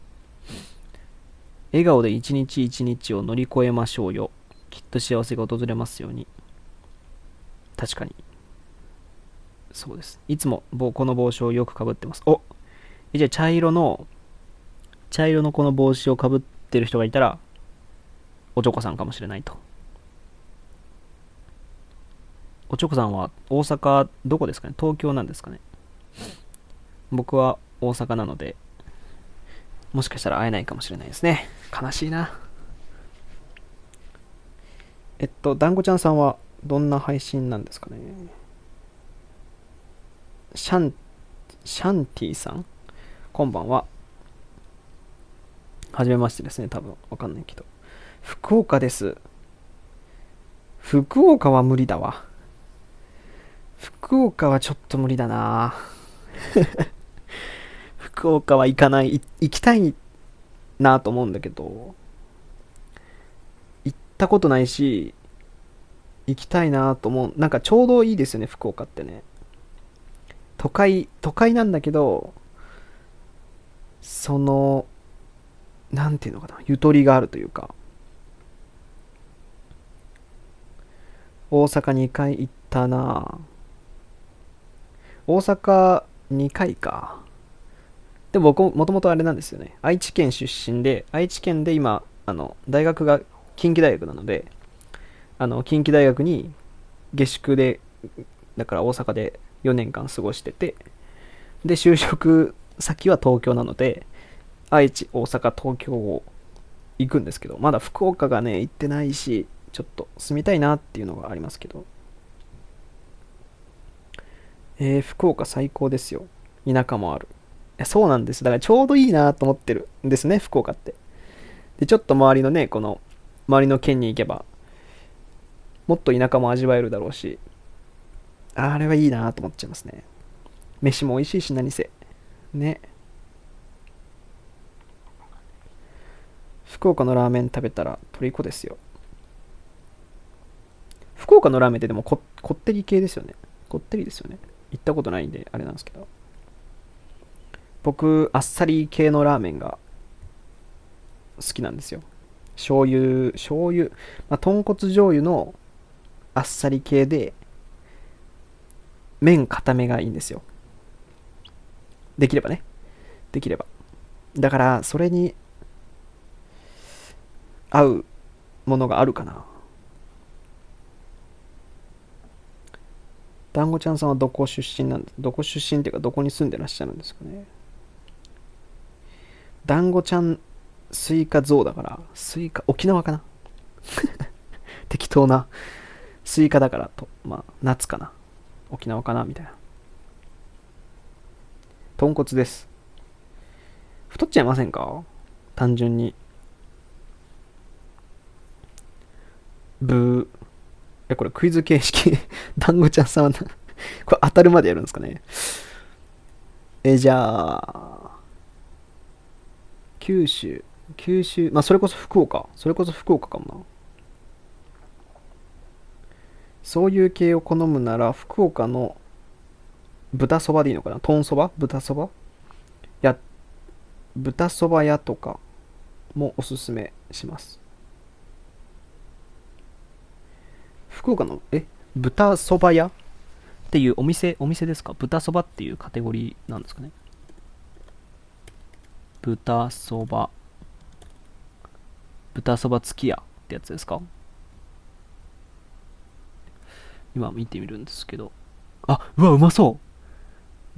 Speaker 1: 笑顔で一日一日を乗り越えましょうよ。きっと幸せが訪れますように。確かに。そうです。いつもこの帽子をよくかぶってます。じゃあ茶色のこの帽子をかぶってる人がいたら、おちょこさんかもしれないと。おちょこさんは大阪、どこですかね？東京なんですかね？僕は大阪なので、もしかしたら会えないかもしれないですね。悲しいな。団子ちゃんさんはどんな配信なんですかね？シャン、シャンティさん、こんばんは。はじめましてですね、多分。わかんないけど。福岡です。福岡は無理だわ。福岡はちょっと無理だな。福岡は行かない。行きたいなと思うんだけど、行ったことないし、行きたいなと思う。なんかちょうどいいですよね、福岡ってね。都会なんだけど、その、なんていうのかな、ゆとりがあるというか、大阪2回行ったな。大阪2回か。でも僕もともとあれなんですよね。愛知県出身で、愛知県で今、大学が近畿大学なので、近畿大学に下宿で、だから大阪で4年間過ごしてて、で、就職先は東京なので、愛知、大阪、東京を行くんですけど、まだ福岡がね、行ってないし、ちょっと住みたいなっていうのがありますけど、福岡最高ですよ。田舎もある。そうなんです。だからちょうどいいなと思ってるんですね、福岡って。で、ちょっと周りのね、周りの県に行けば、もっと田舎も味わえるだろうし、あれはいいなと思っちゃいますね。飯も美味しいし、何せ。ね。福岡のラーメン食べたら虜ですよ。福岡のラーメンってでもこってり系ですよね。こってりですよね。行ったことないんで、あれなんですけど。僕、あっさり系のラーメンが好きなんですよ。醤油、まあ、豚骨醤油のあっさり系で、麺固めがいいんですよ。できればね。できれば。だから、それに合うものがあるかな。団子ちゃんさんはどこ出身っていうか、どこに住んでらっしゃるんですかね。団子ちゃん、スイカ像だから、沖縄かな。適当なスイカだからと、まあ、夏かな。沖縄かなみたいな。豚骨です。太っちゃいませんか？単純に。ブー。これクイズ形式。団子ちゃんさんはこれ当たるまでやるんですかね。じゃあ、九州。 九州、まあそれこそ福岡。それこそ福岡かもな。そういう系を好むなら、福岡の豚そばでいいのかな。豚そば豚そばや、豚そば屋とかもおすすめします。福岡の、豚そば屋っていうお店ですか？豚そばっていうカテゴリーなんですかね。豚そば、豚そば月屋ってやつですか？今見てみるんですけど。あ、うわ、うまそう。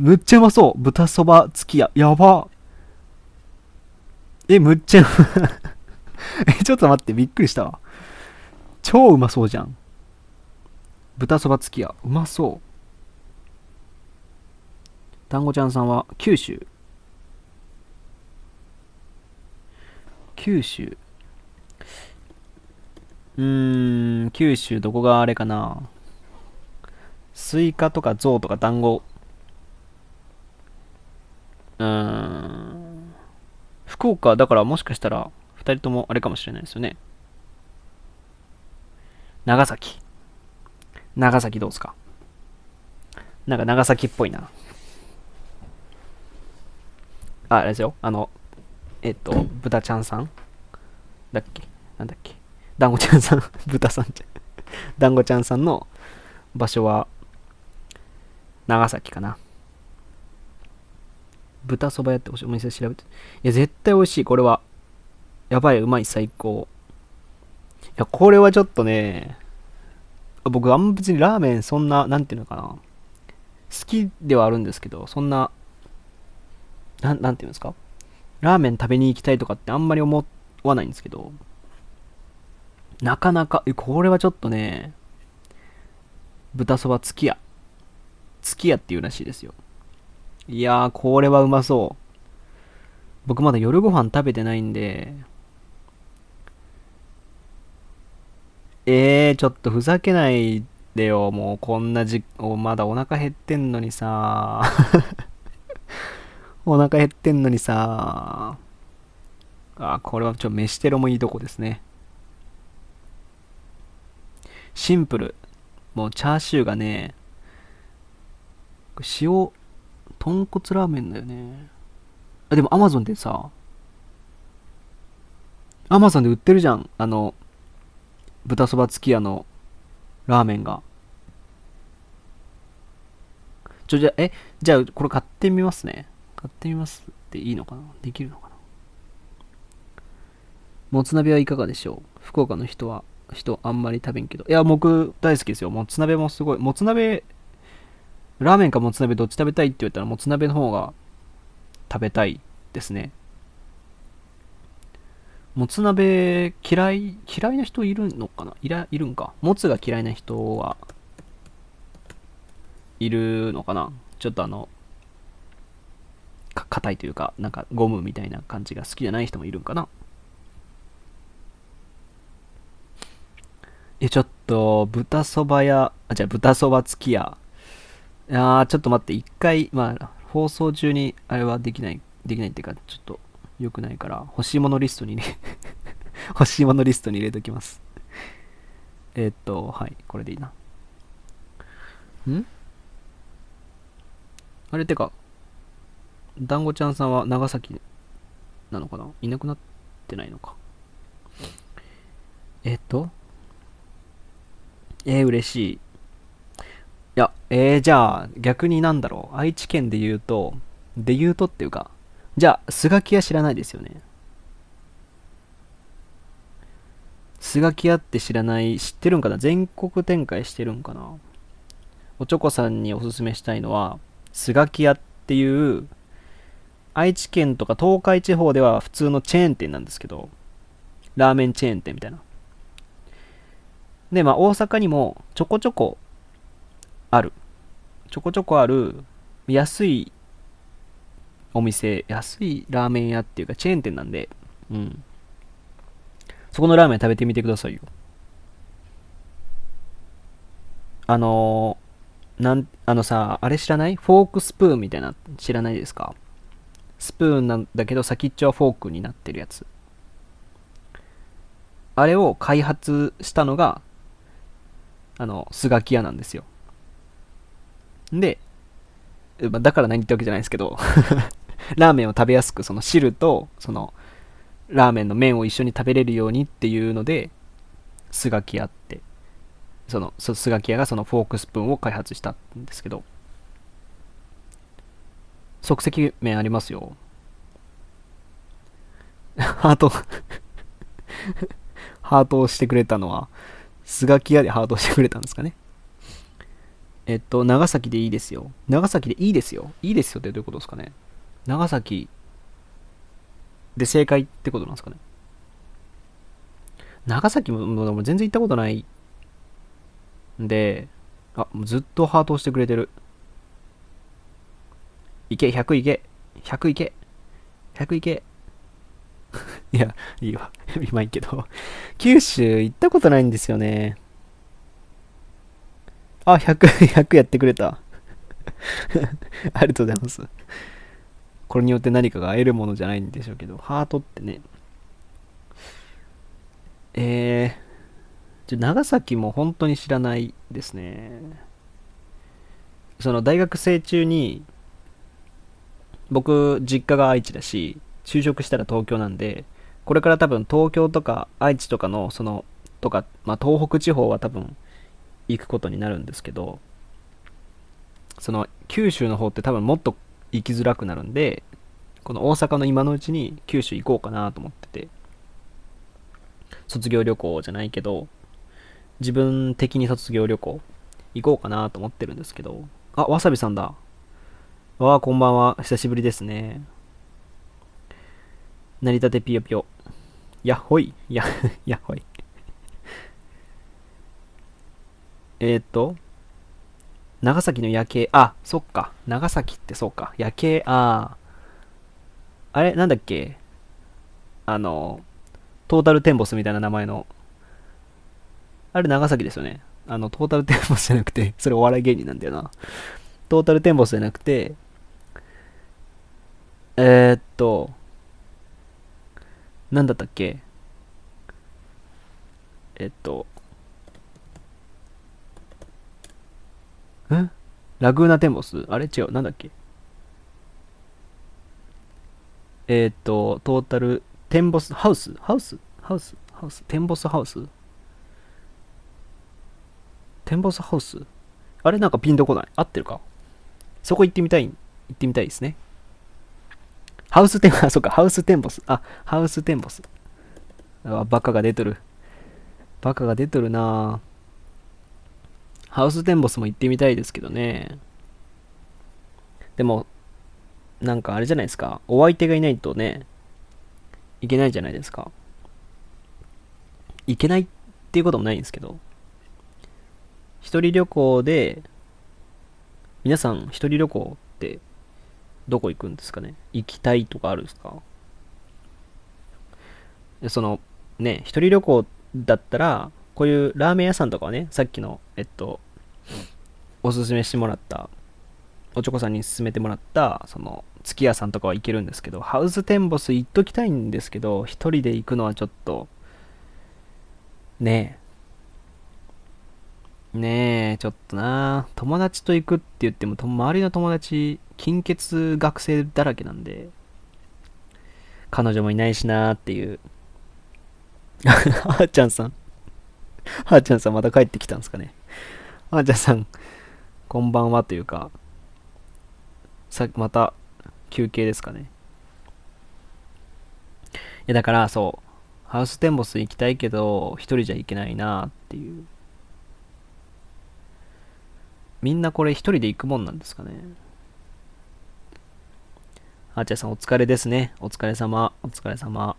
Speaker 1: むっちゃうまそう。豚そば月屋。やば。むっちゃちょっと待って、びっくりしたわ。超うまそうじゃん。豚そば月屋。うまそう。団子ちゃんさんは九州。九州。九州どこがあれかな。スイカとかゾウとか団子。福岡、だからもしかしたら、二人ともあれかもしれないですよね。長崎。長崎どうすか？なんか長崎っぽいな。あれですよ。豚ちゃんさんだっけ？なんだっけ？団子ちゃんさん豚さんじゃん。団子ちゃんさんの場所は長崎かな。豚そば屋ってお店調べて。いや、絶対美味しい、これは。やばい、うまい、最高。いや、これはちょっとね、僕あんま別にラーメンそんな、なんていうのかな。好きではあるんですけど、そんな、なんていうんですか？ラーメン食べに行きたいとかってあんまり思わないんですけど、なかなか、これはちょっとね、豚そば月屋。月屋っていうらしいですよ。いやー、これはうまそう。僕まだ夜ご飯食べてないんで、ちょっとふざけないでよ。もうこんなまだお腹減ってんのにさ。お腹減ってんのにさ。これは飯テロもいいとこですね。シンプル。もうチャーシューがね、豚骨ラーメンだよね。でもアマゾンでさ、アマゾンで売ってるじゃん。豚そば付き屋のラーメンが。じゃあ、じゃあこれ買ってみますね。買ってみますっていいのかな？できるのかな？もつ鍋はいかがでしょう？福岡の人あんまり食べんけど。いや、僕大好きですよ。もつ鍋もすごい。もつ鍋、ラーメンかもつ鍋どっち食べたいって言ったらもつ鍋の方が食べたいですね。もつ鍋嫌いな人いるのかな？いるんか。もつが嫌いな人はいるのかな？ちょっと硬いというか、なんかゴムみたいな感じが好きじゃない人もいるんかな？ちょっと、豚そば屋、じゃあ豚そば付き屋。ちょっと待って、一回、まあ、放送中にあれはできないっていうか、ちょっと良くないから、欲しいものリストにね欲しいものリストに入れときます。はい、これでいいな。あれてか、団子ちゃんさんは長崎なのかな？いなくなってないのか。えっと、嬉しい。いや、じゃあ、逆になんだろう。愛知県で言うとっていうか、じゃあ、スガキ屋知らないですよね。スガキ屋って知ってるんかな？全国展開してるんかな？おちょこさんにおすすめしたいのは、スガキ屋っていう、愛知県とか東海地方では普通のチェーン店なんですけど、ラーメンチェーン店みたいな。で、まあ大阪にもちょこちょこある。ちょこちょこある、安い安いラーメン屋っていうかチェーン店なんで、うん。そこのラーメン食べてみてくださいよ。あのあれ知らない？フォークスプーンみたいな、知らないですか？スプーンなんだけど先っちょはフォークになってるやつ。 あれを開発したのが、スガキ屋なんですよ。で、だから何ってわけじゃないですけど、ラーメンを食べやすく、その汁と、その、ラーメンの麺を一緒に食べれるようにっていうので、スガキ屋って、スガキ屋がそのフォークスプーンを開発したんですけど、即席麺ありますよ。ハート、ハートをしてくれたのは、スガキ屋でハートをしてくれたんですかね。長崎でいいですよ。長崎でいいですよ。いいですよってどういうことですかね。長崎で正解ってことなんですかね。長崎も全然行ったことないんで、もうずっとハートをしてくれてる。いけ、100いけ、100いけ、100いけ。いや、いいわ。今いいけど。九州行ったことないんですよね。100、100やってくれた。ありがとうございます。これによって何かが得るものじゃないんでしょうけど、ハートってね、え長崎も本当に知らないですね。その大学生中に、僕、実家が愛知だし、就職したら東京なんで、これから多分東京とか愛知とかの、東北地方は多分行くことになるんですけど、その九州の方って多分もっと行きづらくなるんで、この大阪の今のうちに九州行こうかなと思ってて、卒業旅行じゃないけど、自分的に卒業旅行行こうかなと思ってるんですけど、わさびさんだ。こんばんは。久しぶりですね。成り立てぴよぴよ。やっほい。やっほい。えーっと、長崎の夜景、そっか。長崎ってそうか。夜景、あれ、なんだっけあの、トータルテンボスみたいな名前の、あれ長崎ですよね。トータルテンボスじゃなくて、それお笑い芸人なんだよな。トータルテンボスじゃなくて、えーっと、なんだったっけえっと、んラグーナテンボスあれ違う。なんだっけトータル、テンボスハウスハウステンボスハウステンボスハウスあれなんかピンとこない。合ってるか。そこ行ってみたいですね。ハウステン、そっか、ハウステンボス。ハウステンボス。バカが出とる。バカが出とるなハウステンボスも行ってみたいですけどね。でも、なんかあれじゃないですか。お相手がいないとね、いけないじゃないですか。いけないっていうこともないんですけど、一人旅行で、皆さん一人旅行ってどこ行くんですかね。行きたいとかあるんですか。その、ね、一人旅行だったら、こういうラーメン屋さんとかはね、さっきの、おすすめしてもらった、おちょこさんに勧めてもらった、その、月屋さんとかは行けるんですけど、ハウステンボス行っときたいんですけど、一人で行くのはちょっと、ねちょっとな友達と行くって言っても、周りの友達、金欠学生だらけなんで、彼女もいないしなーっていう。はーちゃんさん。はーちゃんさんまた帰ってきたんですかね。はーちゃんさん、こんばんはというか、また休憩ですかね。だからそう、ハウステンボス行きたいけど、一人じゃ行けないなっていう。みんなこれ一人で行くもんなんですかね。はーちゃんさんお疲れですね。お疲れ様。お疲れ様。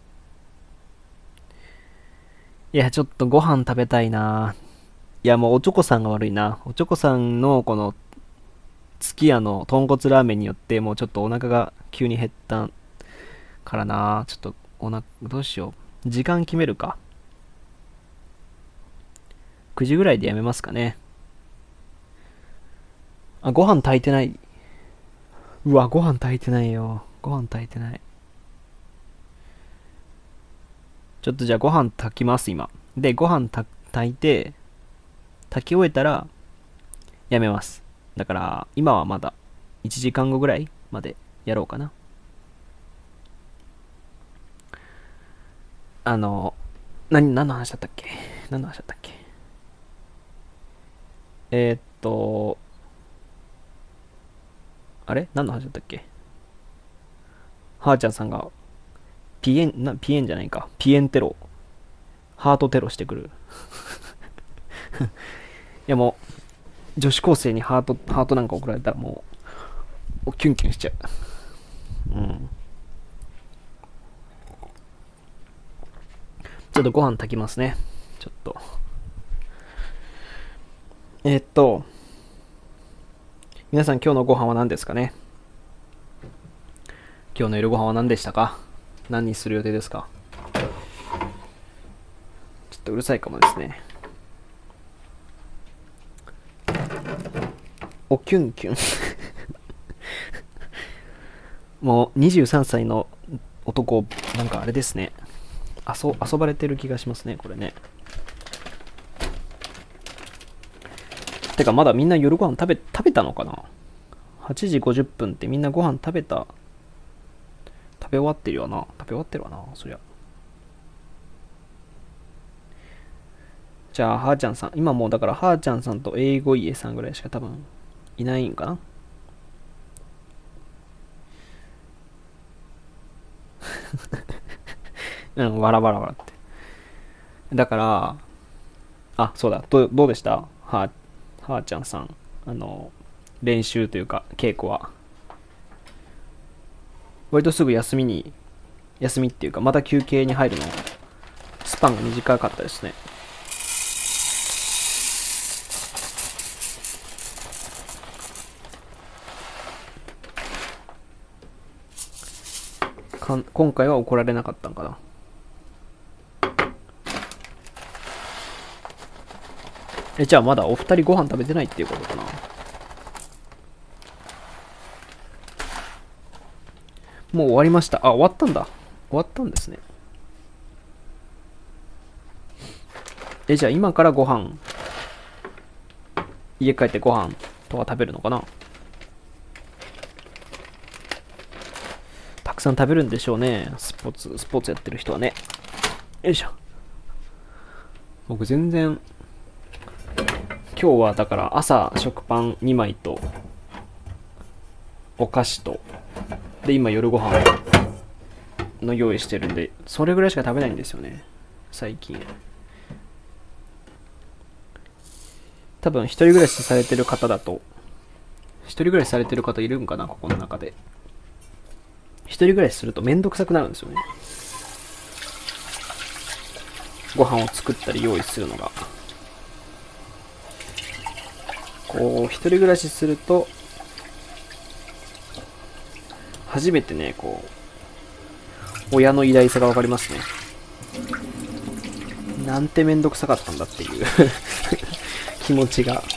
Speaker 1: いや、ちょっとご飯食べたいないや、もうおちょこさんが悪いな。おちょこさんのこの、すき家の豚骨ラーメンによって、もうちょっとお腹が急に減ったからな。ちょっとどうしよう。時間決めるか。9時ぐらいでやめますかね。ご飯炊いてない。うわ、ご飯炊いてないよ。ご飯炊いてない。 ちょっとじゃあご飯炊きます、今。で、ご飯炊いて、炊き終えたらやめます。だから、今はまだ1時間後ぐらいまでやろうかな。あの、何の話だったっけ？何の話だったっけ？えーっと、あれ何の話だったっけ？はーちゃんさんが、ピエンじゃないか。ピエンテロ。ハートテロしてくる。いやもう、女子高生にハートなんか送られたらもう、キュンキュンしちゃう。うん。ちょっとご飯炊きますね。ちょっと。えーっと、皆さん今日のご飯は何ですかね？今日の夜ご飯は何でしたか？何にする予定ですか？ちょっとうるさいかもですね。おキュンキュン。もう23歳の男、なんかあれですね。遊ばれてる気がしますね、これね。てかまだみんな夜ご飯食べたのかな？ 8 時50分ってみんなご飯食べ終わってるよな。食べ終わってるわな、そりゃ。じゃあ、はーちゃんさん。今もうだから、はーちゃんさんと英語家さんぐらいしか多分いないんかな。うん、わらわらわらって。だから、あ、そうだ。どうでしたはーちゃんさん。練習というか、稽古は。割とすぐ休みっていうか、また休憩に入るの、スパンが短かったですね。今回は怒られなかったんかな。じゃあまだお二人ご飯食べてないっていうことかな。もう終わりました。あ、終わったんだ。終わったんですね。じゃあ今から家帰ってご飯とか食べるのかな？たくさん食べるんでしょうね。スポーツやってる人はね。よいしょ。僕全然、今日はだから朝食パン2枚とお菓子と、で今夜ご飯の用意してるんで、それぐらいしか食べないんですよね。最近。多分一人暮らしされてる方だと、一人暮らしされてる方いるんかな、ここの中で。一人暮らしするとめんどくさくなるんですよね。ご飯を作ったり用意するのが。こう、一人暮らしすると、初めてね、こう、親の偉大さがわかりますね。なんてめんどくさかったんだっていう気持ちが。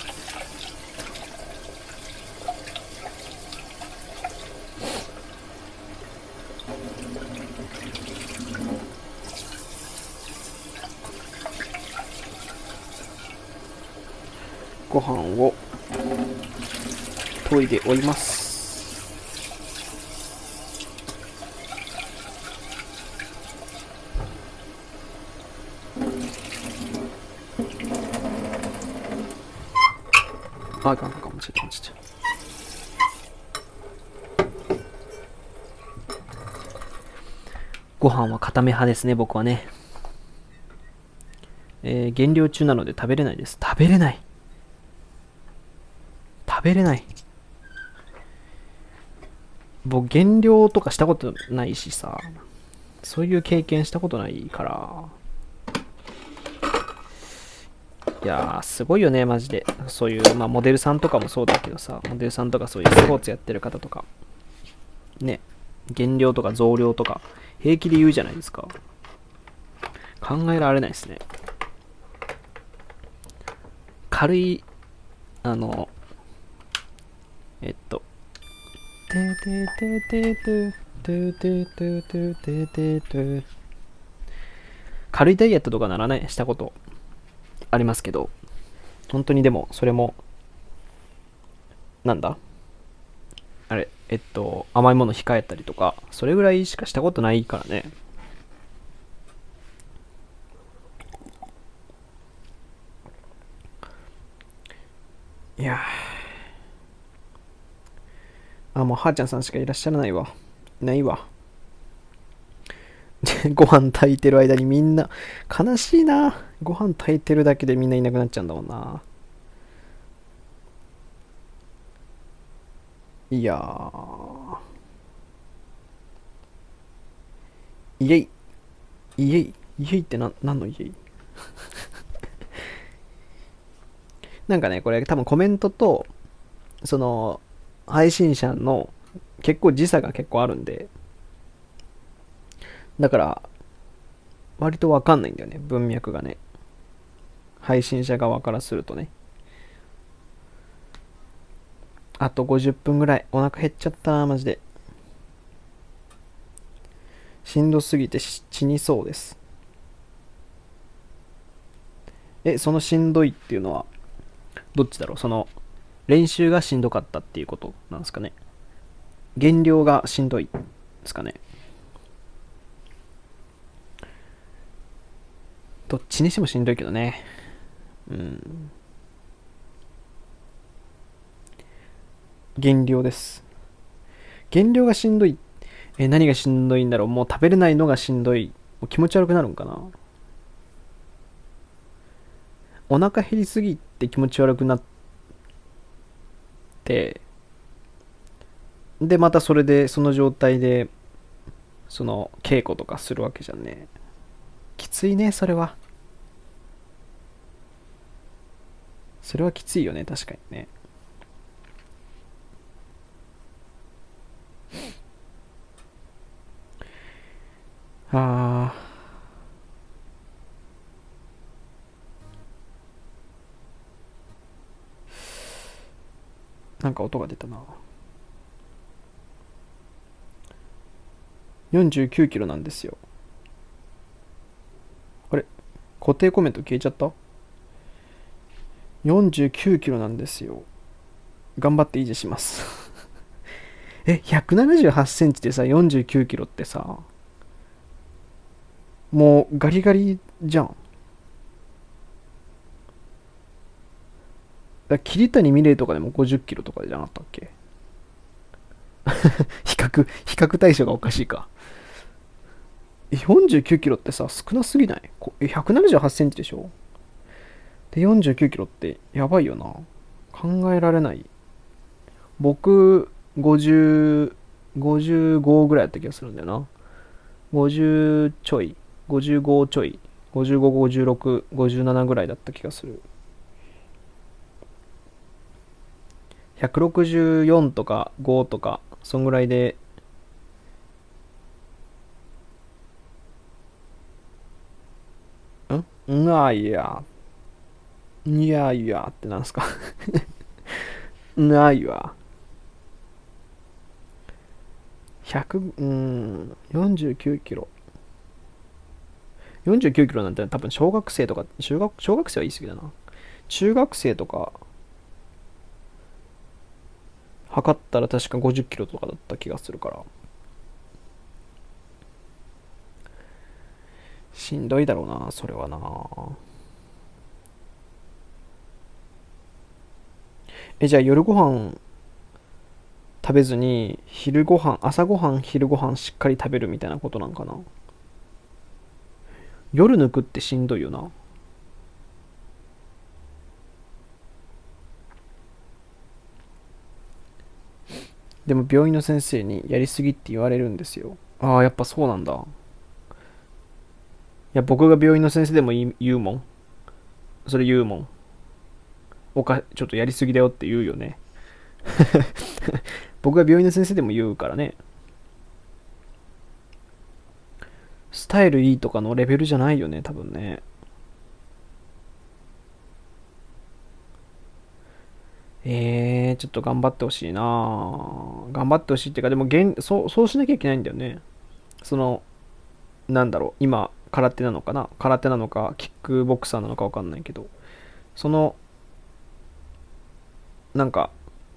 Speaker 1: ご飯を研いでおります。あ、かんかもしれない。ご飯は固め派ですね、僕はね。減量中なので食べれないです。食べれない。僕、減量とかしたことないしさ、そういう経験したことないから。いやー、すごいよね、マジで。そういう、まあ、モデルさんとかもそうだけどさ、モデルさんとかそういうスポーツやってる方とか、ね、減量とか増量とか、平気で言うじゃないですか。考えられないですね。軽い、あの、えっと、てててててててててててて軽いダイエットとかならね、したことありますけど、本当にでも、それも、なんだあれ、甘いもの控えたりとか、それぐらいしかしたことないからね。いやもう、はーちゃんさんしかいらっしゃらないわ。ないわ。ご飯炊いてる間にみんな、悲しいな。ご飯炊いてるだけでみんないなくなっちゃうんだもんな。いやー。イエイ、イエイ、イエイってなんのイエイ？なんかね、これ多分コメントと、その、配信者の結構時差が結構あるんで、だから、割とわかんないんだよね、文脈がね。配信者側からするとね。あと50分ぐらい。お腹減っちゃったな、マジで。しんどすぎて死にそうです。そのしんどいっていうのは、どっちだろう？その、練習がしんどかったっていうことなんですかね。減量がしんどいですかね。どっちにしてもしんどいけどね。うん。減量です。減量がしんどい。何がしんどいんだろう？もう食べれないのがしんどい。もう気持ち悪くなるんかな？お腹減りすぎて気持ち悪くなって、で、またそれで、その状態で、その、稽古とかするわけじゃんね。きついね、それは。それはきついよね、確かにね。あなんか音が出たな。49キロなんですよ。あれ、固定コメント消えちゃった？ 49 キロなんですよ。頑張って維持します。178センチでさ、49キロってさ、もうガリガリじゃん。桐谷美玲とかでも50キロとかじゃなかったっけ？比較対象がおかしいか。49キロってさ、少なすぎない？178センチでしょ？で、49キロってやばいよな。考えられない。僕、50、55ぐらいやった気がするんだよな。50ちょい、55ちょい、55、56、57ぐらいだった気がする。164とか5とか、そんぐらいで、んあいや、いやいやってなんすか？ないわ。49キロ。49キロなんて多分小学生とか、小学生は言い過ぎだな。中学生とか測ったら確か50キロとかだった気がするから。しんどいだろうな、それはな。じゃあ夜ご飯食べずに、昼ご飯、朝ご飯、昼ご飯しっかり食べるみたいなことなんかな。夜抜くってしんどいよな。でも病院の先生にやりすぎって言われるんですよ。ああ、やっぱそうなんだ。いや、僕が病院の先生でも言うもん。それ言うもん。ちょっとやりすぎだよって言うよね。僕が病院の先生でも言うからね。スタイルいいとかのレベルじゃないよね、多分ね。ちょっと頑張ってほしいな。頑張ってほしいっていうか、でもそうしなきゃいけないんだよね。その、なんだろう、今、 空手なのかな、空手なのかキックボクサーなのかわかんないけど、そのなんか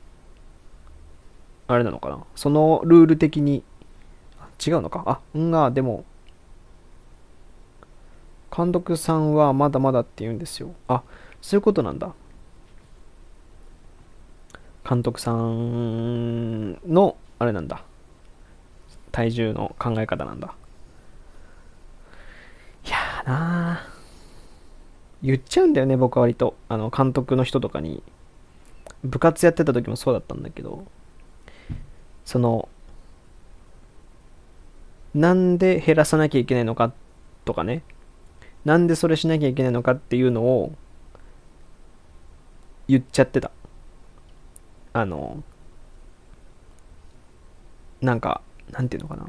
Speaker 1: あれなのかな、そのルール的に違うのか、でも監督さんはまだまだって言うんですよ。そういうことなんだ。監督さんのあれなんだ、体重の考え方なんだ。いやーなー、言っちゃうんだよね、僕は割と。監督の人とかに、部活やってた時もそうだったんだけど、その、なんで減らさなきゃいけないのかとかね、なんでそれしなきゃいけないのかっていうのを言っちゃってた。あの、なんか、なんていうのかな。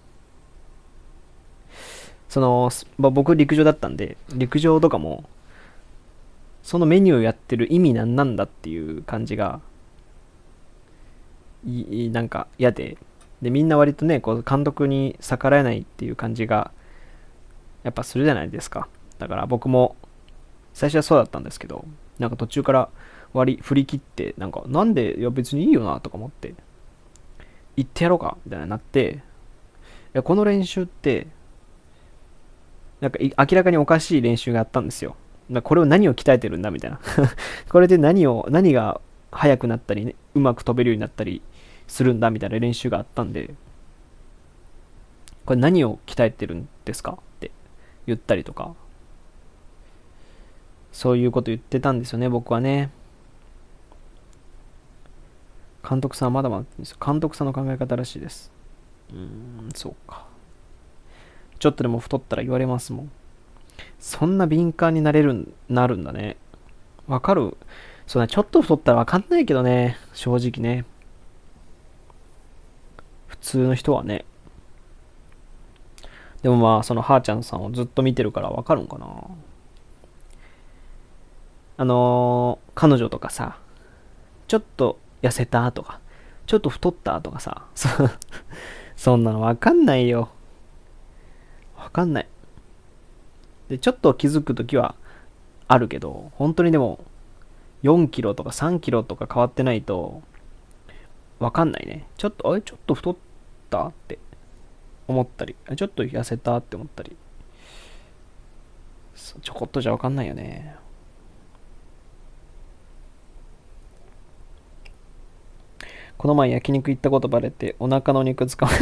Speaker 1: 僕陸上だったんで、陸上とかも、そのメニューをやってる意味なんだっていう感じが、なんか嫌で、で、みんな割とね、こう、監督に逆らえないっていう感じが、やっぱするじゃないですか。だから僕も、最初はそうだったんですけど、なんか途中から振り切って、なんで、いや別にいいよなとか思って、行ってやろうかみたいになって、いやこの練習って、明らかにおかしい練習があったんですよ。これを何を鍛えてるんだみたいな。これで何が速くなったり、ね、うまく飛べるようになったりするんだみたいな練習があったんで、これ何を鍛えてるんですかって言ったりとか、そういうこと言ってたんですよね、僕はね。監督さんはまだまだですよ。監督さんの考え方らしいです。そうか。ちょっとでも太ったら言われますもん。そんな敏感になるんだね。わかる。そうね、ちょっと太ったらわかんないけどね。正直ね。普通の人はね。でもまあ、そのはーちゃんさんをずっと見てるからわかるんかな。彼女とかさ、ちょっと痩せたとか、ちょっと太ったとかさ、そんなのわかんないよ。わかんない。で、ちょっと気づくときはあるけど、本当にでも、4キロとか3キロとか変わってないと、わかんないね。ちょっと太ったって思ったり、ちょっと痩せたって思ったり、ちょこっとじゃわかんないよね。この前焼肉行ったことバレて、お腹の肉使わ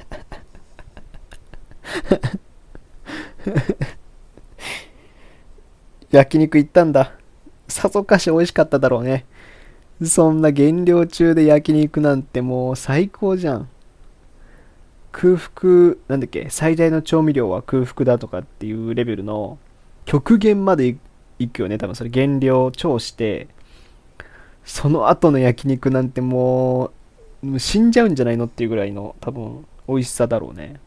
Speaker 1: 焼肉行ったんだ。さぞかし美味しかっただろうね。そんな減量中で焼肉なんてもう最高じゃん。空腹、なんだっけ、最大の調味料は空腹だとかっていうレベルの極限までいくよね。多分それ減量超して、その後の焼肉なんてもう死んじゃうんじゃないのっていうぐらいの多分美味しさだろうね。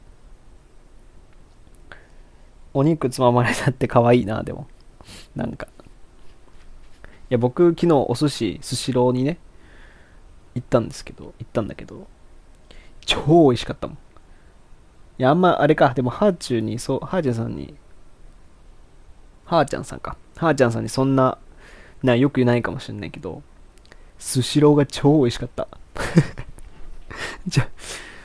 Speaker 1: お肉つままれたって可愛いな、でも。なんか。いや、僕昨日お寿司、スシローにね、行ったんだけど、超美味しかったもん。いや、あんまあれか、でもハーチューに、そう、ハーチューさんに、ハーちゃんさんか。ハーちゃんさんにそんな、よく言えないかもしれないけど、スシローが超美味しかった。じゃ、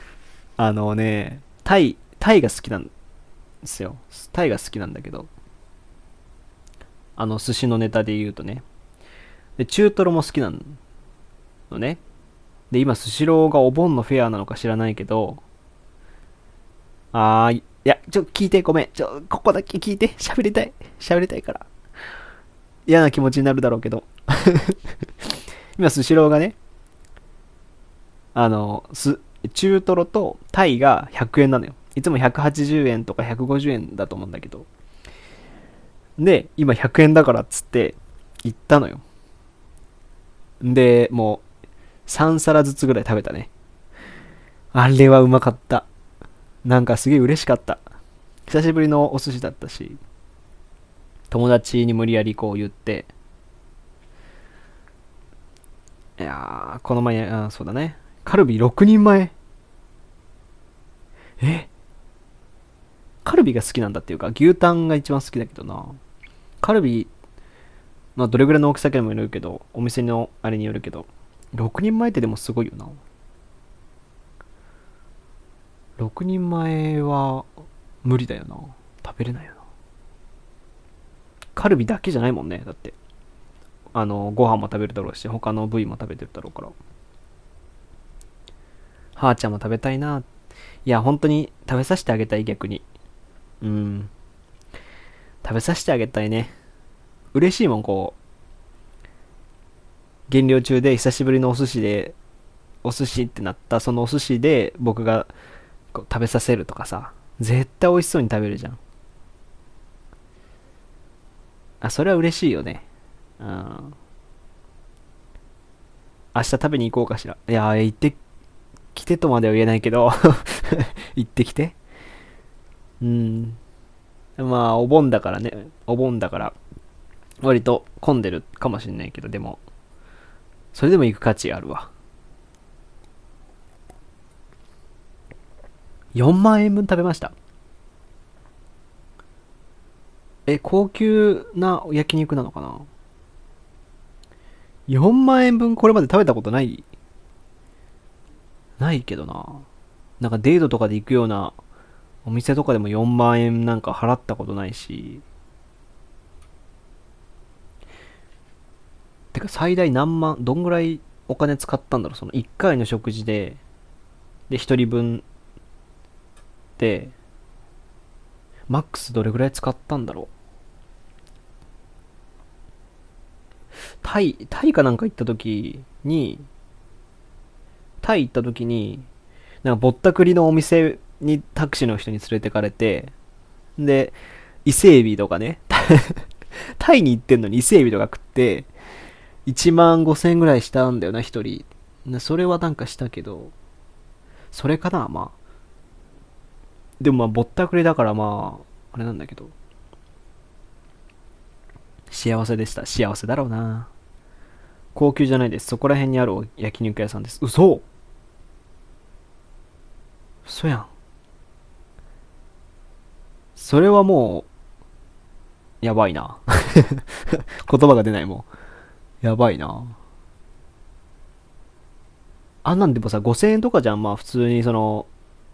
Speaker 1: タイが好きなんですよ。タイが好きなんだけど、寿司のネタで言うとね。で、中トロも好きなのね。で、今、スシローがお盆のフェアなのか知らないけど、いや、聞いて、ごめん。ここだけ聞いて。喋りたい。喋りたいから。嫌な気持ちになるだろうけど。今、スシローがね、あの、す、中トロとタイが100円なのよ。いつも180円とか150円だと思うんだけど。で、今100円だからっつって行ったのよ。で、もう3皿ずつぐらい食べたね。あれはうまかった。なんかすげえ嬉しかった。久しぶりのお寿司だったし、友達に無理やりこう言って、いやー、この前、そうだね。カルビ6人前。えカカルビが好きなんだっていうか、牛タンが一番好きだけどな。カルビ、まあどれぐらいの大きさかにもよるけど、お店のあれによるけど、6人前ってでもすごいよな。6人前は無理だよな。食べれないよな。カルビだけじゃないもんね。だって。ご飯も食べるだろうし、他の部位も食べてるだろうから。はーちゃんも食べたいな。いや、本当に食べさせてあげたい、逆に。うん。食べさせてあげたいね。嬉しいもん、こう。減量中で久しぶりのお寿司で、お寿司ってなったそのお寿司で僕がこう食べさせるとかさ。絶対美味しそうに食べるじゃん。あ、それは嬉しいよね。うん。明日食べに行こうかしら。いや、行ってきてとまでは言えないけど行ってきて。うん。まあ、お盆だからね。お盆だから、割と混んでるかもしんないけど、でも、それでも行く価値あるわ。4万円分食べました。高級な焼肉なのかな？ 4 万円分これまで食べたことないけどな。なんかデートとかで行くようなお店とかでも4万円なんか払ったことないし。てか最大何万、どんぐらいお金使ったんだろう、その1回の食事で、1人分で、マックスどれぐらい使ったんだろう。タイかなんか行った時に、タイ行った時に、なんかぼったくりのお店にタクシーの人に連れてかれて、で、伊勢海老とかね、タイに行ってんのに伊勢海老とか食って、1万5千円ぐらいしたんだよな、一人。それはなんかしたけど、それかな、まあ。でもまあ、ぼったくりだからまあ、あれなんだけど、幸せでした。幸せだろうな。高級じゃないです。そこら辺にある焼肉屋さんです。嘘やん。それはもう、やばいな。言葉が出ないもん。やばいな。あんなんでもさ、5000円とかじゃん。まあ普通にその、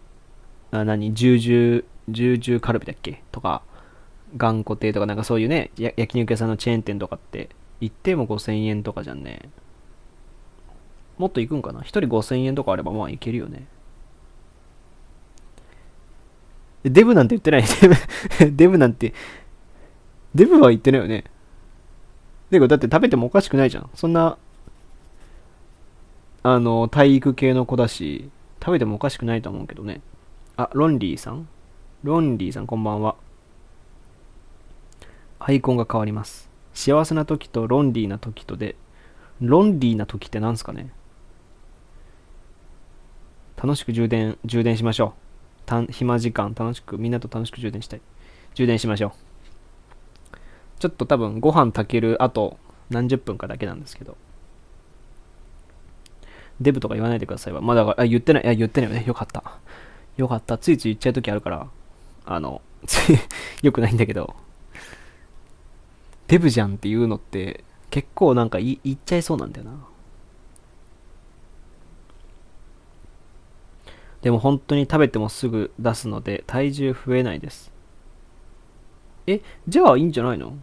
Speaker 1: 重々カルビだっけとか、頑固亭とかなんかそういうね、焼肉屋さんのチェーン店とかって、行っても5000円とかじゃんね。もっと行くんかな？ 1 人5000円とかあればまあ行けるよね。デブなんて言ってない。デブなんて、デブは言ってないよね。でもだって食べてもおかしくないじゃん。そんな、体育系の子だし、食べてもおかしくないと思うけどね。あ、ロンリーさんこんばんは。アイコンが変わります。幸せな時とロンリーな時とで、ロンリーな時ってなんすかね？楽しく充電しましょう。暇時間みんなと楽しく充電したい。充電しましょう。ちょっと多分ご飯炊けるあと何十分かだけなんですけど。デブとか言わないでくださいわ。まあだから、言ってない、言ってないよね。よかった。よかった。ついつい言っちゃう時あるから、よくないんだけど、デブじゃんっていうのって結構なんか言っちゃいそうなんだよな。でも本当に食べてもすぐ出すので体重増えないです。じゃあいいんじゃないの？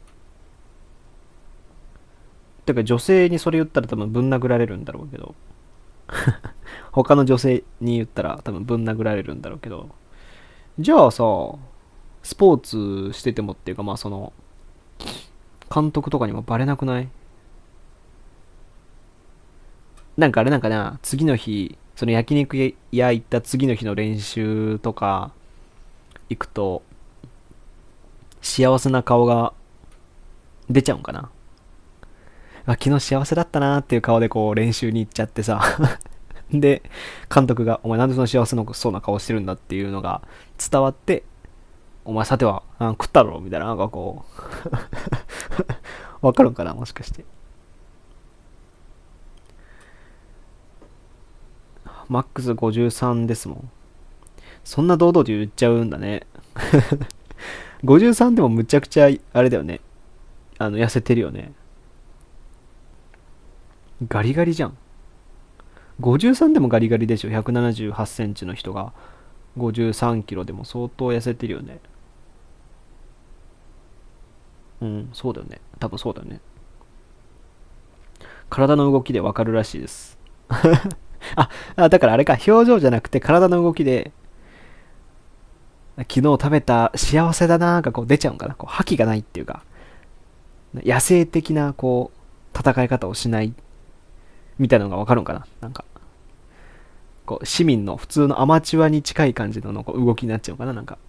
Speaker 1: てか女性にそれ言ったら多分ぶん殴られるんだろうけど、他の女性に言ったら多分ぶん殴られるんだろうけど、じゃあさ、スポーツしててもっていうか、まあその、監督とかにもバレなくない？なんかあれなんかな、次の日、その焼肉屋行った次の日の練習とか行くと、幸せな顔が出ちゃうんかな。昨日幸せだったなーっていう顔でこう練習に行っちゃってさ。で、監督が、お前なんでその幸せそうな顔してるんだっていうのが伝わって、お前さては、食ったろみたいな、なんかこう、わかるんかなもしかして。マックス53ですもん。そんな堂々と言っちゃうんだね。 53でもむちゃくちゃ、あれだよね。痩せてるよね。ガリガリじゃん。53でもガリガリでしょ。178センチの人が53キロでも相当痩せてるよね。うん、そうだよね。多分そうだよね。体の動きでわかるらしいです。だからあれか、表情じゃなくて体の動きで、昨日食べた幸せだなーがこう出ちゃうんかな。こう覇気がないっていうか、野生的なこう、戦い方をしないみたいなのがわかるんかな。なんか、こう、市民の普通のアマチュアに近い感じのこう動きになっちゃうかな。なんか、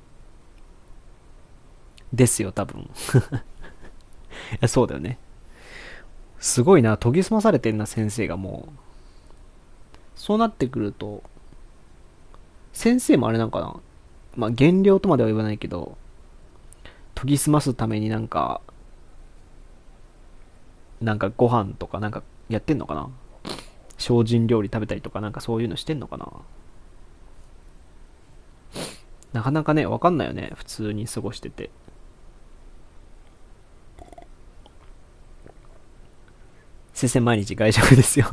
Speaker 1: ですよ、多分。いや、そうだよね。すごいな、研ぎ澄まされてんな、先生がもう。そうなってくると、先生もあれなんかな。まあ、減量とまでは言わないけど、研ぎ澄ますためになんかご飯とかなんかやってんのかな。精進料理食べたりとかなんかそういうのしてんのかな。なかなかね、わかんないよね。普通に過ごしてて。先生毎日外食ですよ。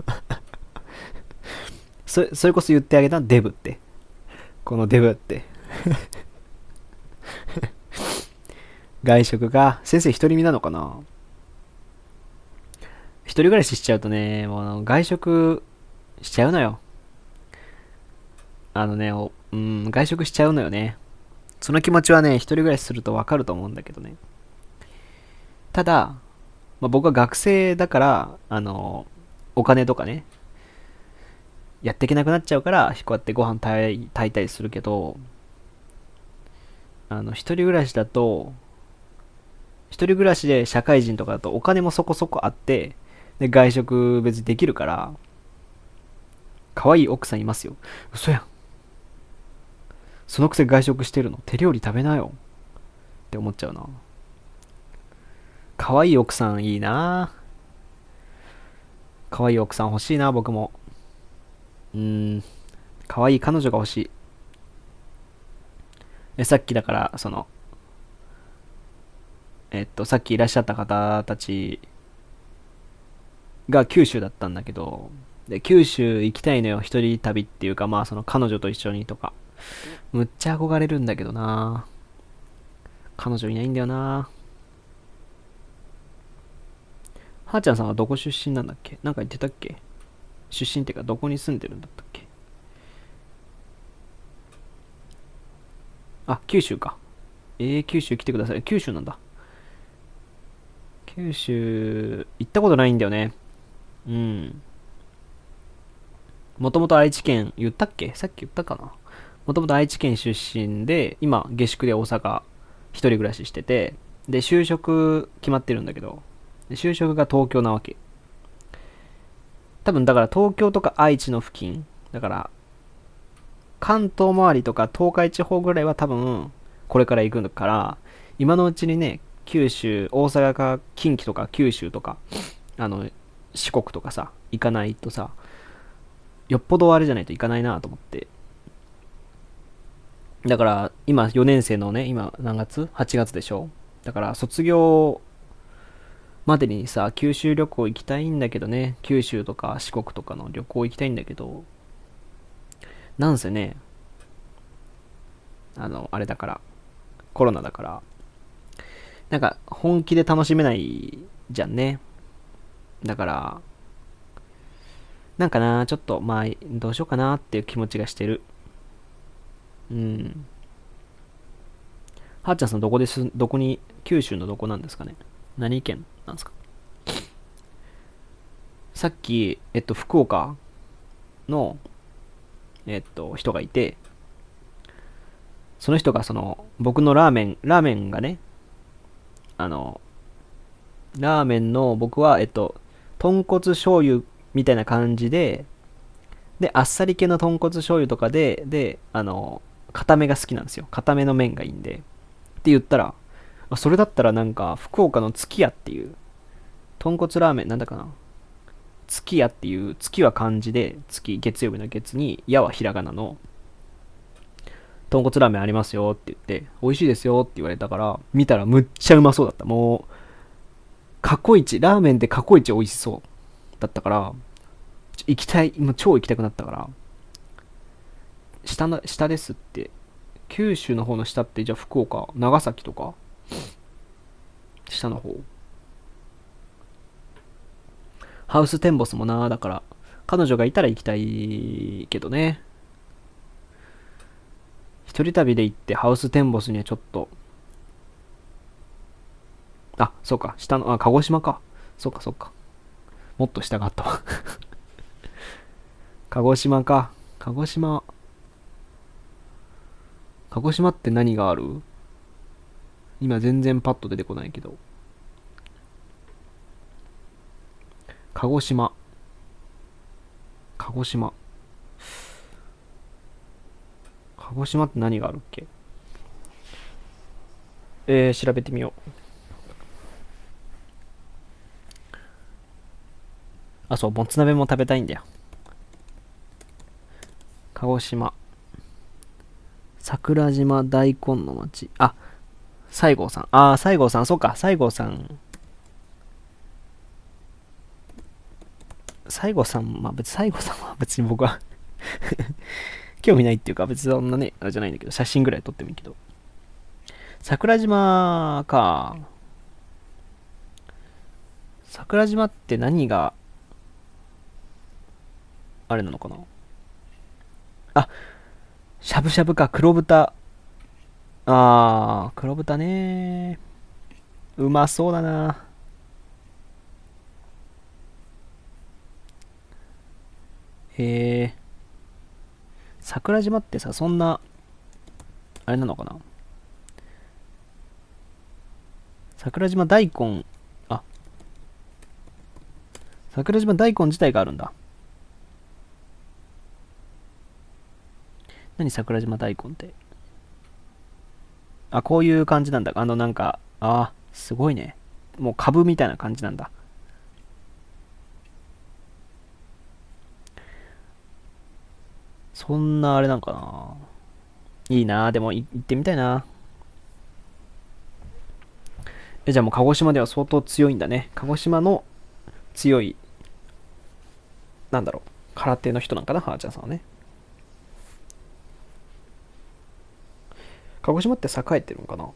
Speaker 1: それこそ言ってあげたデブって。このデブって。外食が、先生一人身なのかな。一人暮らししちゃうとね、もう外食しちゃうのよ。外食しちゃうのよね。その気持ちはね、一人暮らしするとわかると思うんだけどね。ただ、まあ、僕は学生だから、お金とかね、やっていけなくなっちゃうから、こうやってご飯炊いたりするけど、一人暮らしだと、一人暮らしで社会人とかだとお金もそこそこあって、で、外食別にできるから、可愛い奥さんいますよ。嘘やん。そのくせ外食してるの手料理食べなよって思っちゃうな。可愛い奥さんいいな。可愛い奥さん欲しいな、僕も。うーん、可愛い彼女が欲しい。さっきだから、さっきいらっしゃった方たちが九州だったんだけど、で、九州行きたいのよ。一人旅っていうか、まあその彼女と一緒にとか。むっちゃ憧れるんだけどな。彼女いないんだよな。はーちゃんさんはどこ出身なんだっけ。なんか言ってたっけ。出身っていうかどこに住んでるんだったっけ。あ、九州か。九州来てください。九州なんだ。九州、行ったことないんだよね。うん。もともと愛知県、言ったっけ。さっき言ったかな。もともと愛知県出身で、今、下宿で大阪、一人暮らししてて、で、就職決まってるんだけど、で就職が東京なわけ。多分、だから東京とか愛知の付近、だから、関東周りとか東海地方ぐらいは多分、これから行くから、今のうちにね、九州、大阪か近畿とか九州とか、四国とかさ、行かないとさ、よっぽどあれじゃないといかないなと思って。だから、今4年生のね、今何月？ 8 月でしょ。だから、卒業までにさ、九州旅行行きたいんだけどね、九州とか四国とかの旅行行きたいんだけど、なんせね、あれだから、コロナだから、なんか本気で楽しめないじゃんね。だから、なんかな、ちょっと、まあ、どうしようかなっていう気持ちがしてる。うん。はーちゃんさんどこに、九州のどこなんですかね。何県なんですか。さっき、福岡の、人がいて、その人が僕のラーメンがね、あの、ラーメンの僕は、豚骨醤油みたいな感じで、あっさり系の豚骨醤油とかで、固めが好きなんですよ。固めの麺がいいんで。って言ったら、それだったらなんか、福岡の月屋っていう、豚骨ラーメンなんだかな。月屋っていう、月は漢字で、月、月曜日の月に、矢はひらがなの、 豚骨ラーメンありますよって言って、美味しいですよって言われたから、見たらむっちゃうまそうだった。もう、過去一、ラーメンで過去一美味しそうだったから、行きたい、もう超行きたくなったから、下ですって、九州の方の下って、じゃあ福岡、長崎とか、下の方。ハウステンボスもな、だから、彼女がいたら行きたいけどね。一人旅で行ってハウステンボスにはちょっと、あ、そうか、下の、あ、鹿児島か。そうか、そうか。もっと下があったわ。鹿児島か。鹿児島って何がある？今全然パッと出てこないけど。鹿児島。鹿児島。鹿児島って何があるっけ？調べてみよう。あ、そう、もつ鍋も食べたいんだよ。鹿児島。桜島大根の町。あ、西郷さん。あ西郷さん、そうか、西郷さん。西郷さん、まあ別に西郷さんは別に僕は興味ないっていうか、別にそんなね、あれじゃないんだけど、写真ぐらい撮ってもいいけど。桜島か。桜島って何があれなのかな？あ、しゃぶしゃぶか、黒豚。黒豚ね。うまそうだな。へえ。桜島ってさ、そんな、あれなのかな？桜島大根、あ、桜島大根自体があるんだ。何桜島大根って。あ、こういう感じなんだ。なんか、すごいね。もう株みたいな感じなんだ。そんなあれなんかな。いいな。でも行ってみたいな。じゃあもう鹿児島では相当強いんだね。鹿児島の強い、なんだろう、空手の人なんかな、はーちゃんさんはね。鹿児島って栄えてるのかな？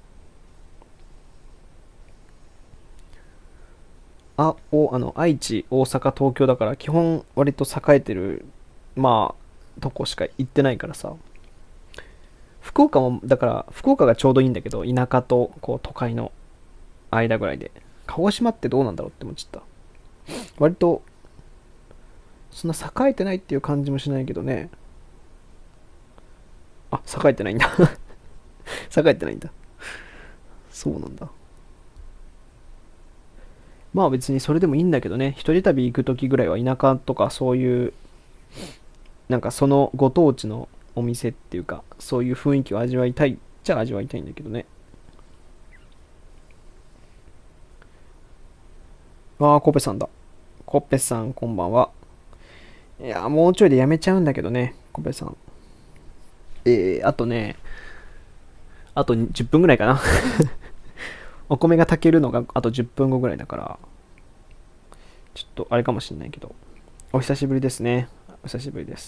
Speaker 1: 愛知、大阪、東京だから基本割と栄えてる、まあ、とこしか行ってないからさ。福岡も、だから福岡がちょうどいいんだけど、田舎とこう都会の間ぐらいで。鹿児島ってどうなんだろうって思っちゃった。割と、そんな栄えてないっていう感じもしないけどね。あ、栄えてないんだ。栄えてないんだ。そうなんだ。まあ別にそれでもいいんだけどね。一人旅行く時ぐらいは田舎とかそういう、なんかそのご当地のお店っていうか、そういう雰囲気を味わいたいっちゃ味わいたいんだけどね。コペさんだ。コペさん、こんばんは。いや、もうちょいでやめちゃうんだけどね、コペさん。あとね、あと10分ぐらいかな。お米が炊けるのがあと10分後ぐらいだから、ちょっとあれかもしんないけど。お久しぶりですね。お久しぶりです。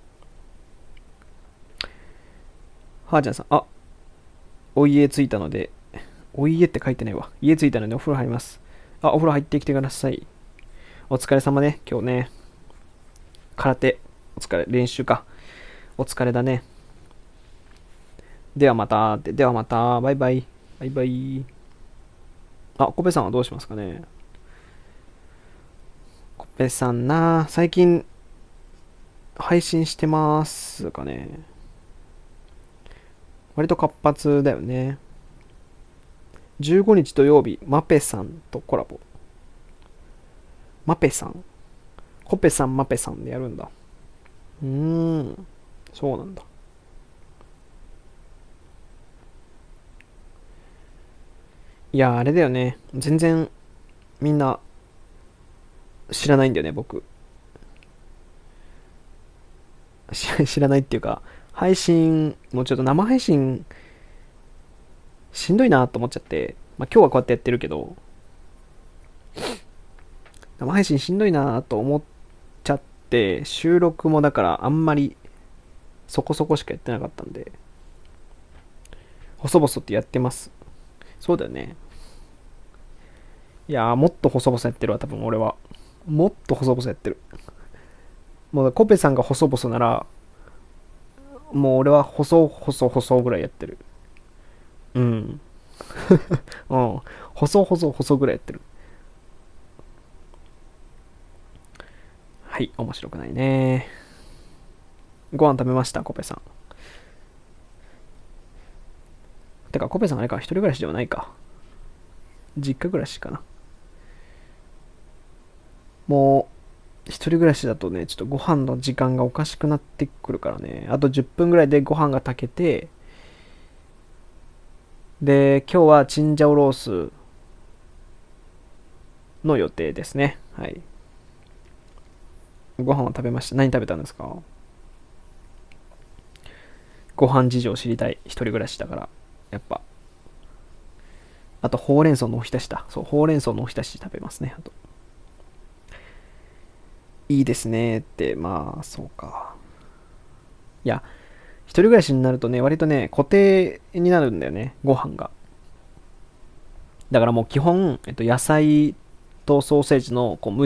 Speaker 1: はーちゃんさん、お家着いたので、お家って書いてないわ。家着いたのでお風呂入ります。お風呂入ってきてください。お疲れ様ね、今日ね。空手、お疲れ、練習か。お疲れだね。ではまた、ではまた、バイバイ。バイバイ。コペさんはどうしますかね。コペさんな、最近配信してますかね。割と活発だよね。15日土曜日、マペさんとコラボ。マペさんコペさん、マペさんでやるんだ。そうなんだ。いや、あれだよね。全然みんな知らないんだよね、僕。知らないっていうか、 配信、もうちょっと生配信しんどいなと思っちゃって、まあ今日はこうやってやってるけど、生配信しんどいなと思っちゃって、収録もだからあんまりそこそこしかやってなかったんで、細々ってやってます。そうだよね。いやー、もっと細々やってるわ、多分俺は。もっと細々やってる。もうコペさんが細々なら、もう俺は細ぐらいやってる。うん。うん。細ぐらいやってる。はい、面白くないね。ご飯食べました、コペさん。てか、コペさんあれか、一人暮らしではないか。実家暮らしかな。もう、一人暮らしだとね、ちょっとご飯の時間がおかしくなってくるからね。あと10分ぐらいでご飯が炊けて、で、今日はチンジャオロースの予定ですね。はい。ご飯を食べました。何食べたんですか？ご飯事情知りたい。一人暮らしだから。やっぱ。あと、ほうれん草のおひたしだ。そう、ほうれん草のおひたし食べますね。あと。いいですねって、まあ、そうか。いや、一人暮らしになるとね、割とね、固定になるんだよね。ご飯が。だからもう基本、野菜とソーセージのこう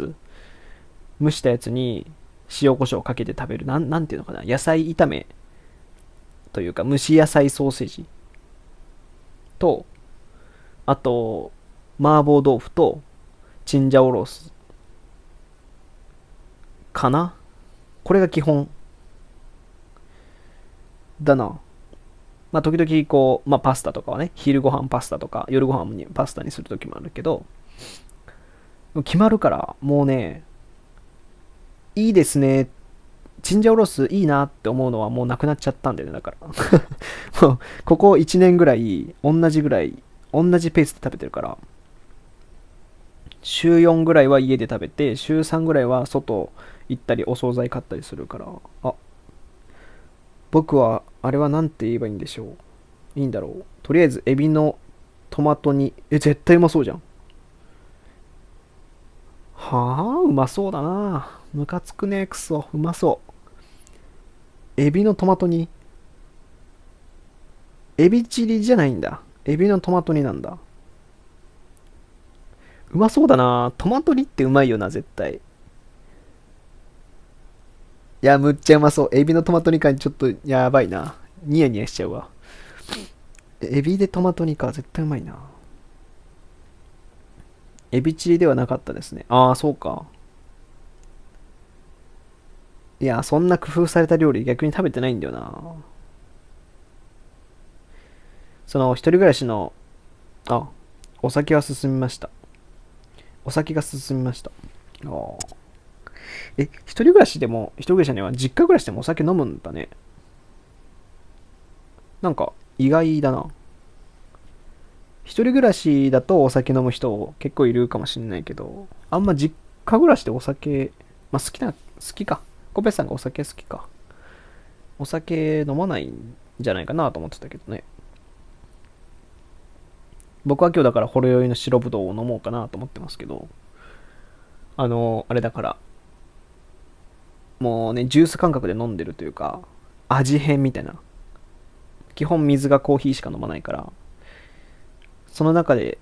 Speaker 1: 蒸したやつに塩コショウかけて食べる。なんていうのかな。野菜炒めというか、蒸し野菜ソーセージと、あと、麻婆豆腐と、チンジャオロースかな。これが基本だな。まあ、時々こう、まあ、パスタとかはね、昼ご飯パスタとか、夜ご飯にパスタにするときもあるけど、決まるから、もうね、いいですね。チンジャオロースいいなって思うのはもうなくなっちゃったんだよね、だから。もう、ここ1年ぐらい、同じペースで食べてるから、週4ぐらいは家で食べて、週3ぐらいは外行ったりお惣菜買ったりするから、あ、僕は、あれはなんて言えばいいんでしょう。いいんだろう。とりあえず、エビのトマト煮。絶対うまそうじゃん。はあ、うまそうだな。ムカつくね、くそ。うまそう。エビのトマト煮。エビチリじゃないんだ。エビのトマト煮なんだ。うまそうだな。トマト煮ってうまいよな、絶対。いや、むっちゃうまそう。エビのトマト煮感ちょっとやばいな。ニヤニヤしちゃうわ。エビでトマト煮か、絶対うまいな。エビチリではなかったですね。ああ、そうか。いや、そんな工夫された料理逆に食べてないんだよな。その、一人暮らしの、あ、お酒は進みました。お酒が進みました。ああ。一人暮らしでも、一人暮らしには実家暮らしでもお酒飲むんだね。なんか、意外だな。一人暮らしだとお酒飲む人結構いるかもしれないけど、あんま実家暮らしでお酒、まあ好きか。コペさんがお酒好きか。お酒飲まないんじゃないかなと思ってたけどね。僕は今日だからほろ酔いの白ぶどうを飲もうかなと思ってますけど、あれだから、もうね、ジュース感覚で飲んでるというか、味変みたいな。基本水がコーヒーしか飲まないから、その中で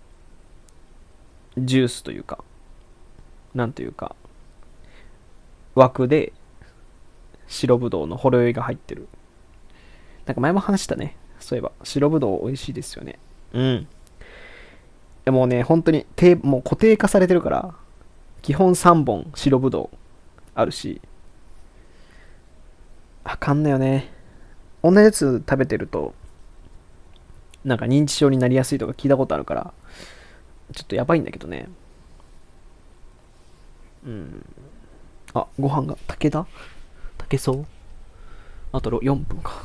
Speaker 1: ジュースというか、なんというか、枠で白ぶどうのほろ酔いが入ってる。なんか前も話したね。そういえば、白ぶどう美味しいですよね。うん。でもうね、本当にもう固定化されてるから、基本3本白ぶどうあるし、あかんのよね。同じやつ食べてると、なんか認知症になりやすいとか聞いたことあるから、ちょっとやばいんだけどね。うん。あ、ご飯が炊けそうあと4分か。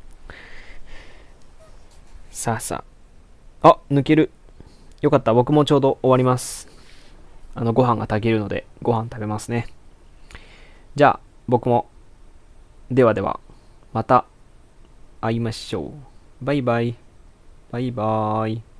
Speaker 1: さあさあ。あ、抜ける。よかった。僕もちょうど終わります。ご飯が炊けるので、ご飯食べますね。じゃあ、僕も、ではでは。 また会いましょう。バイバイ。バイバイ。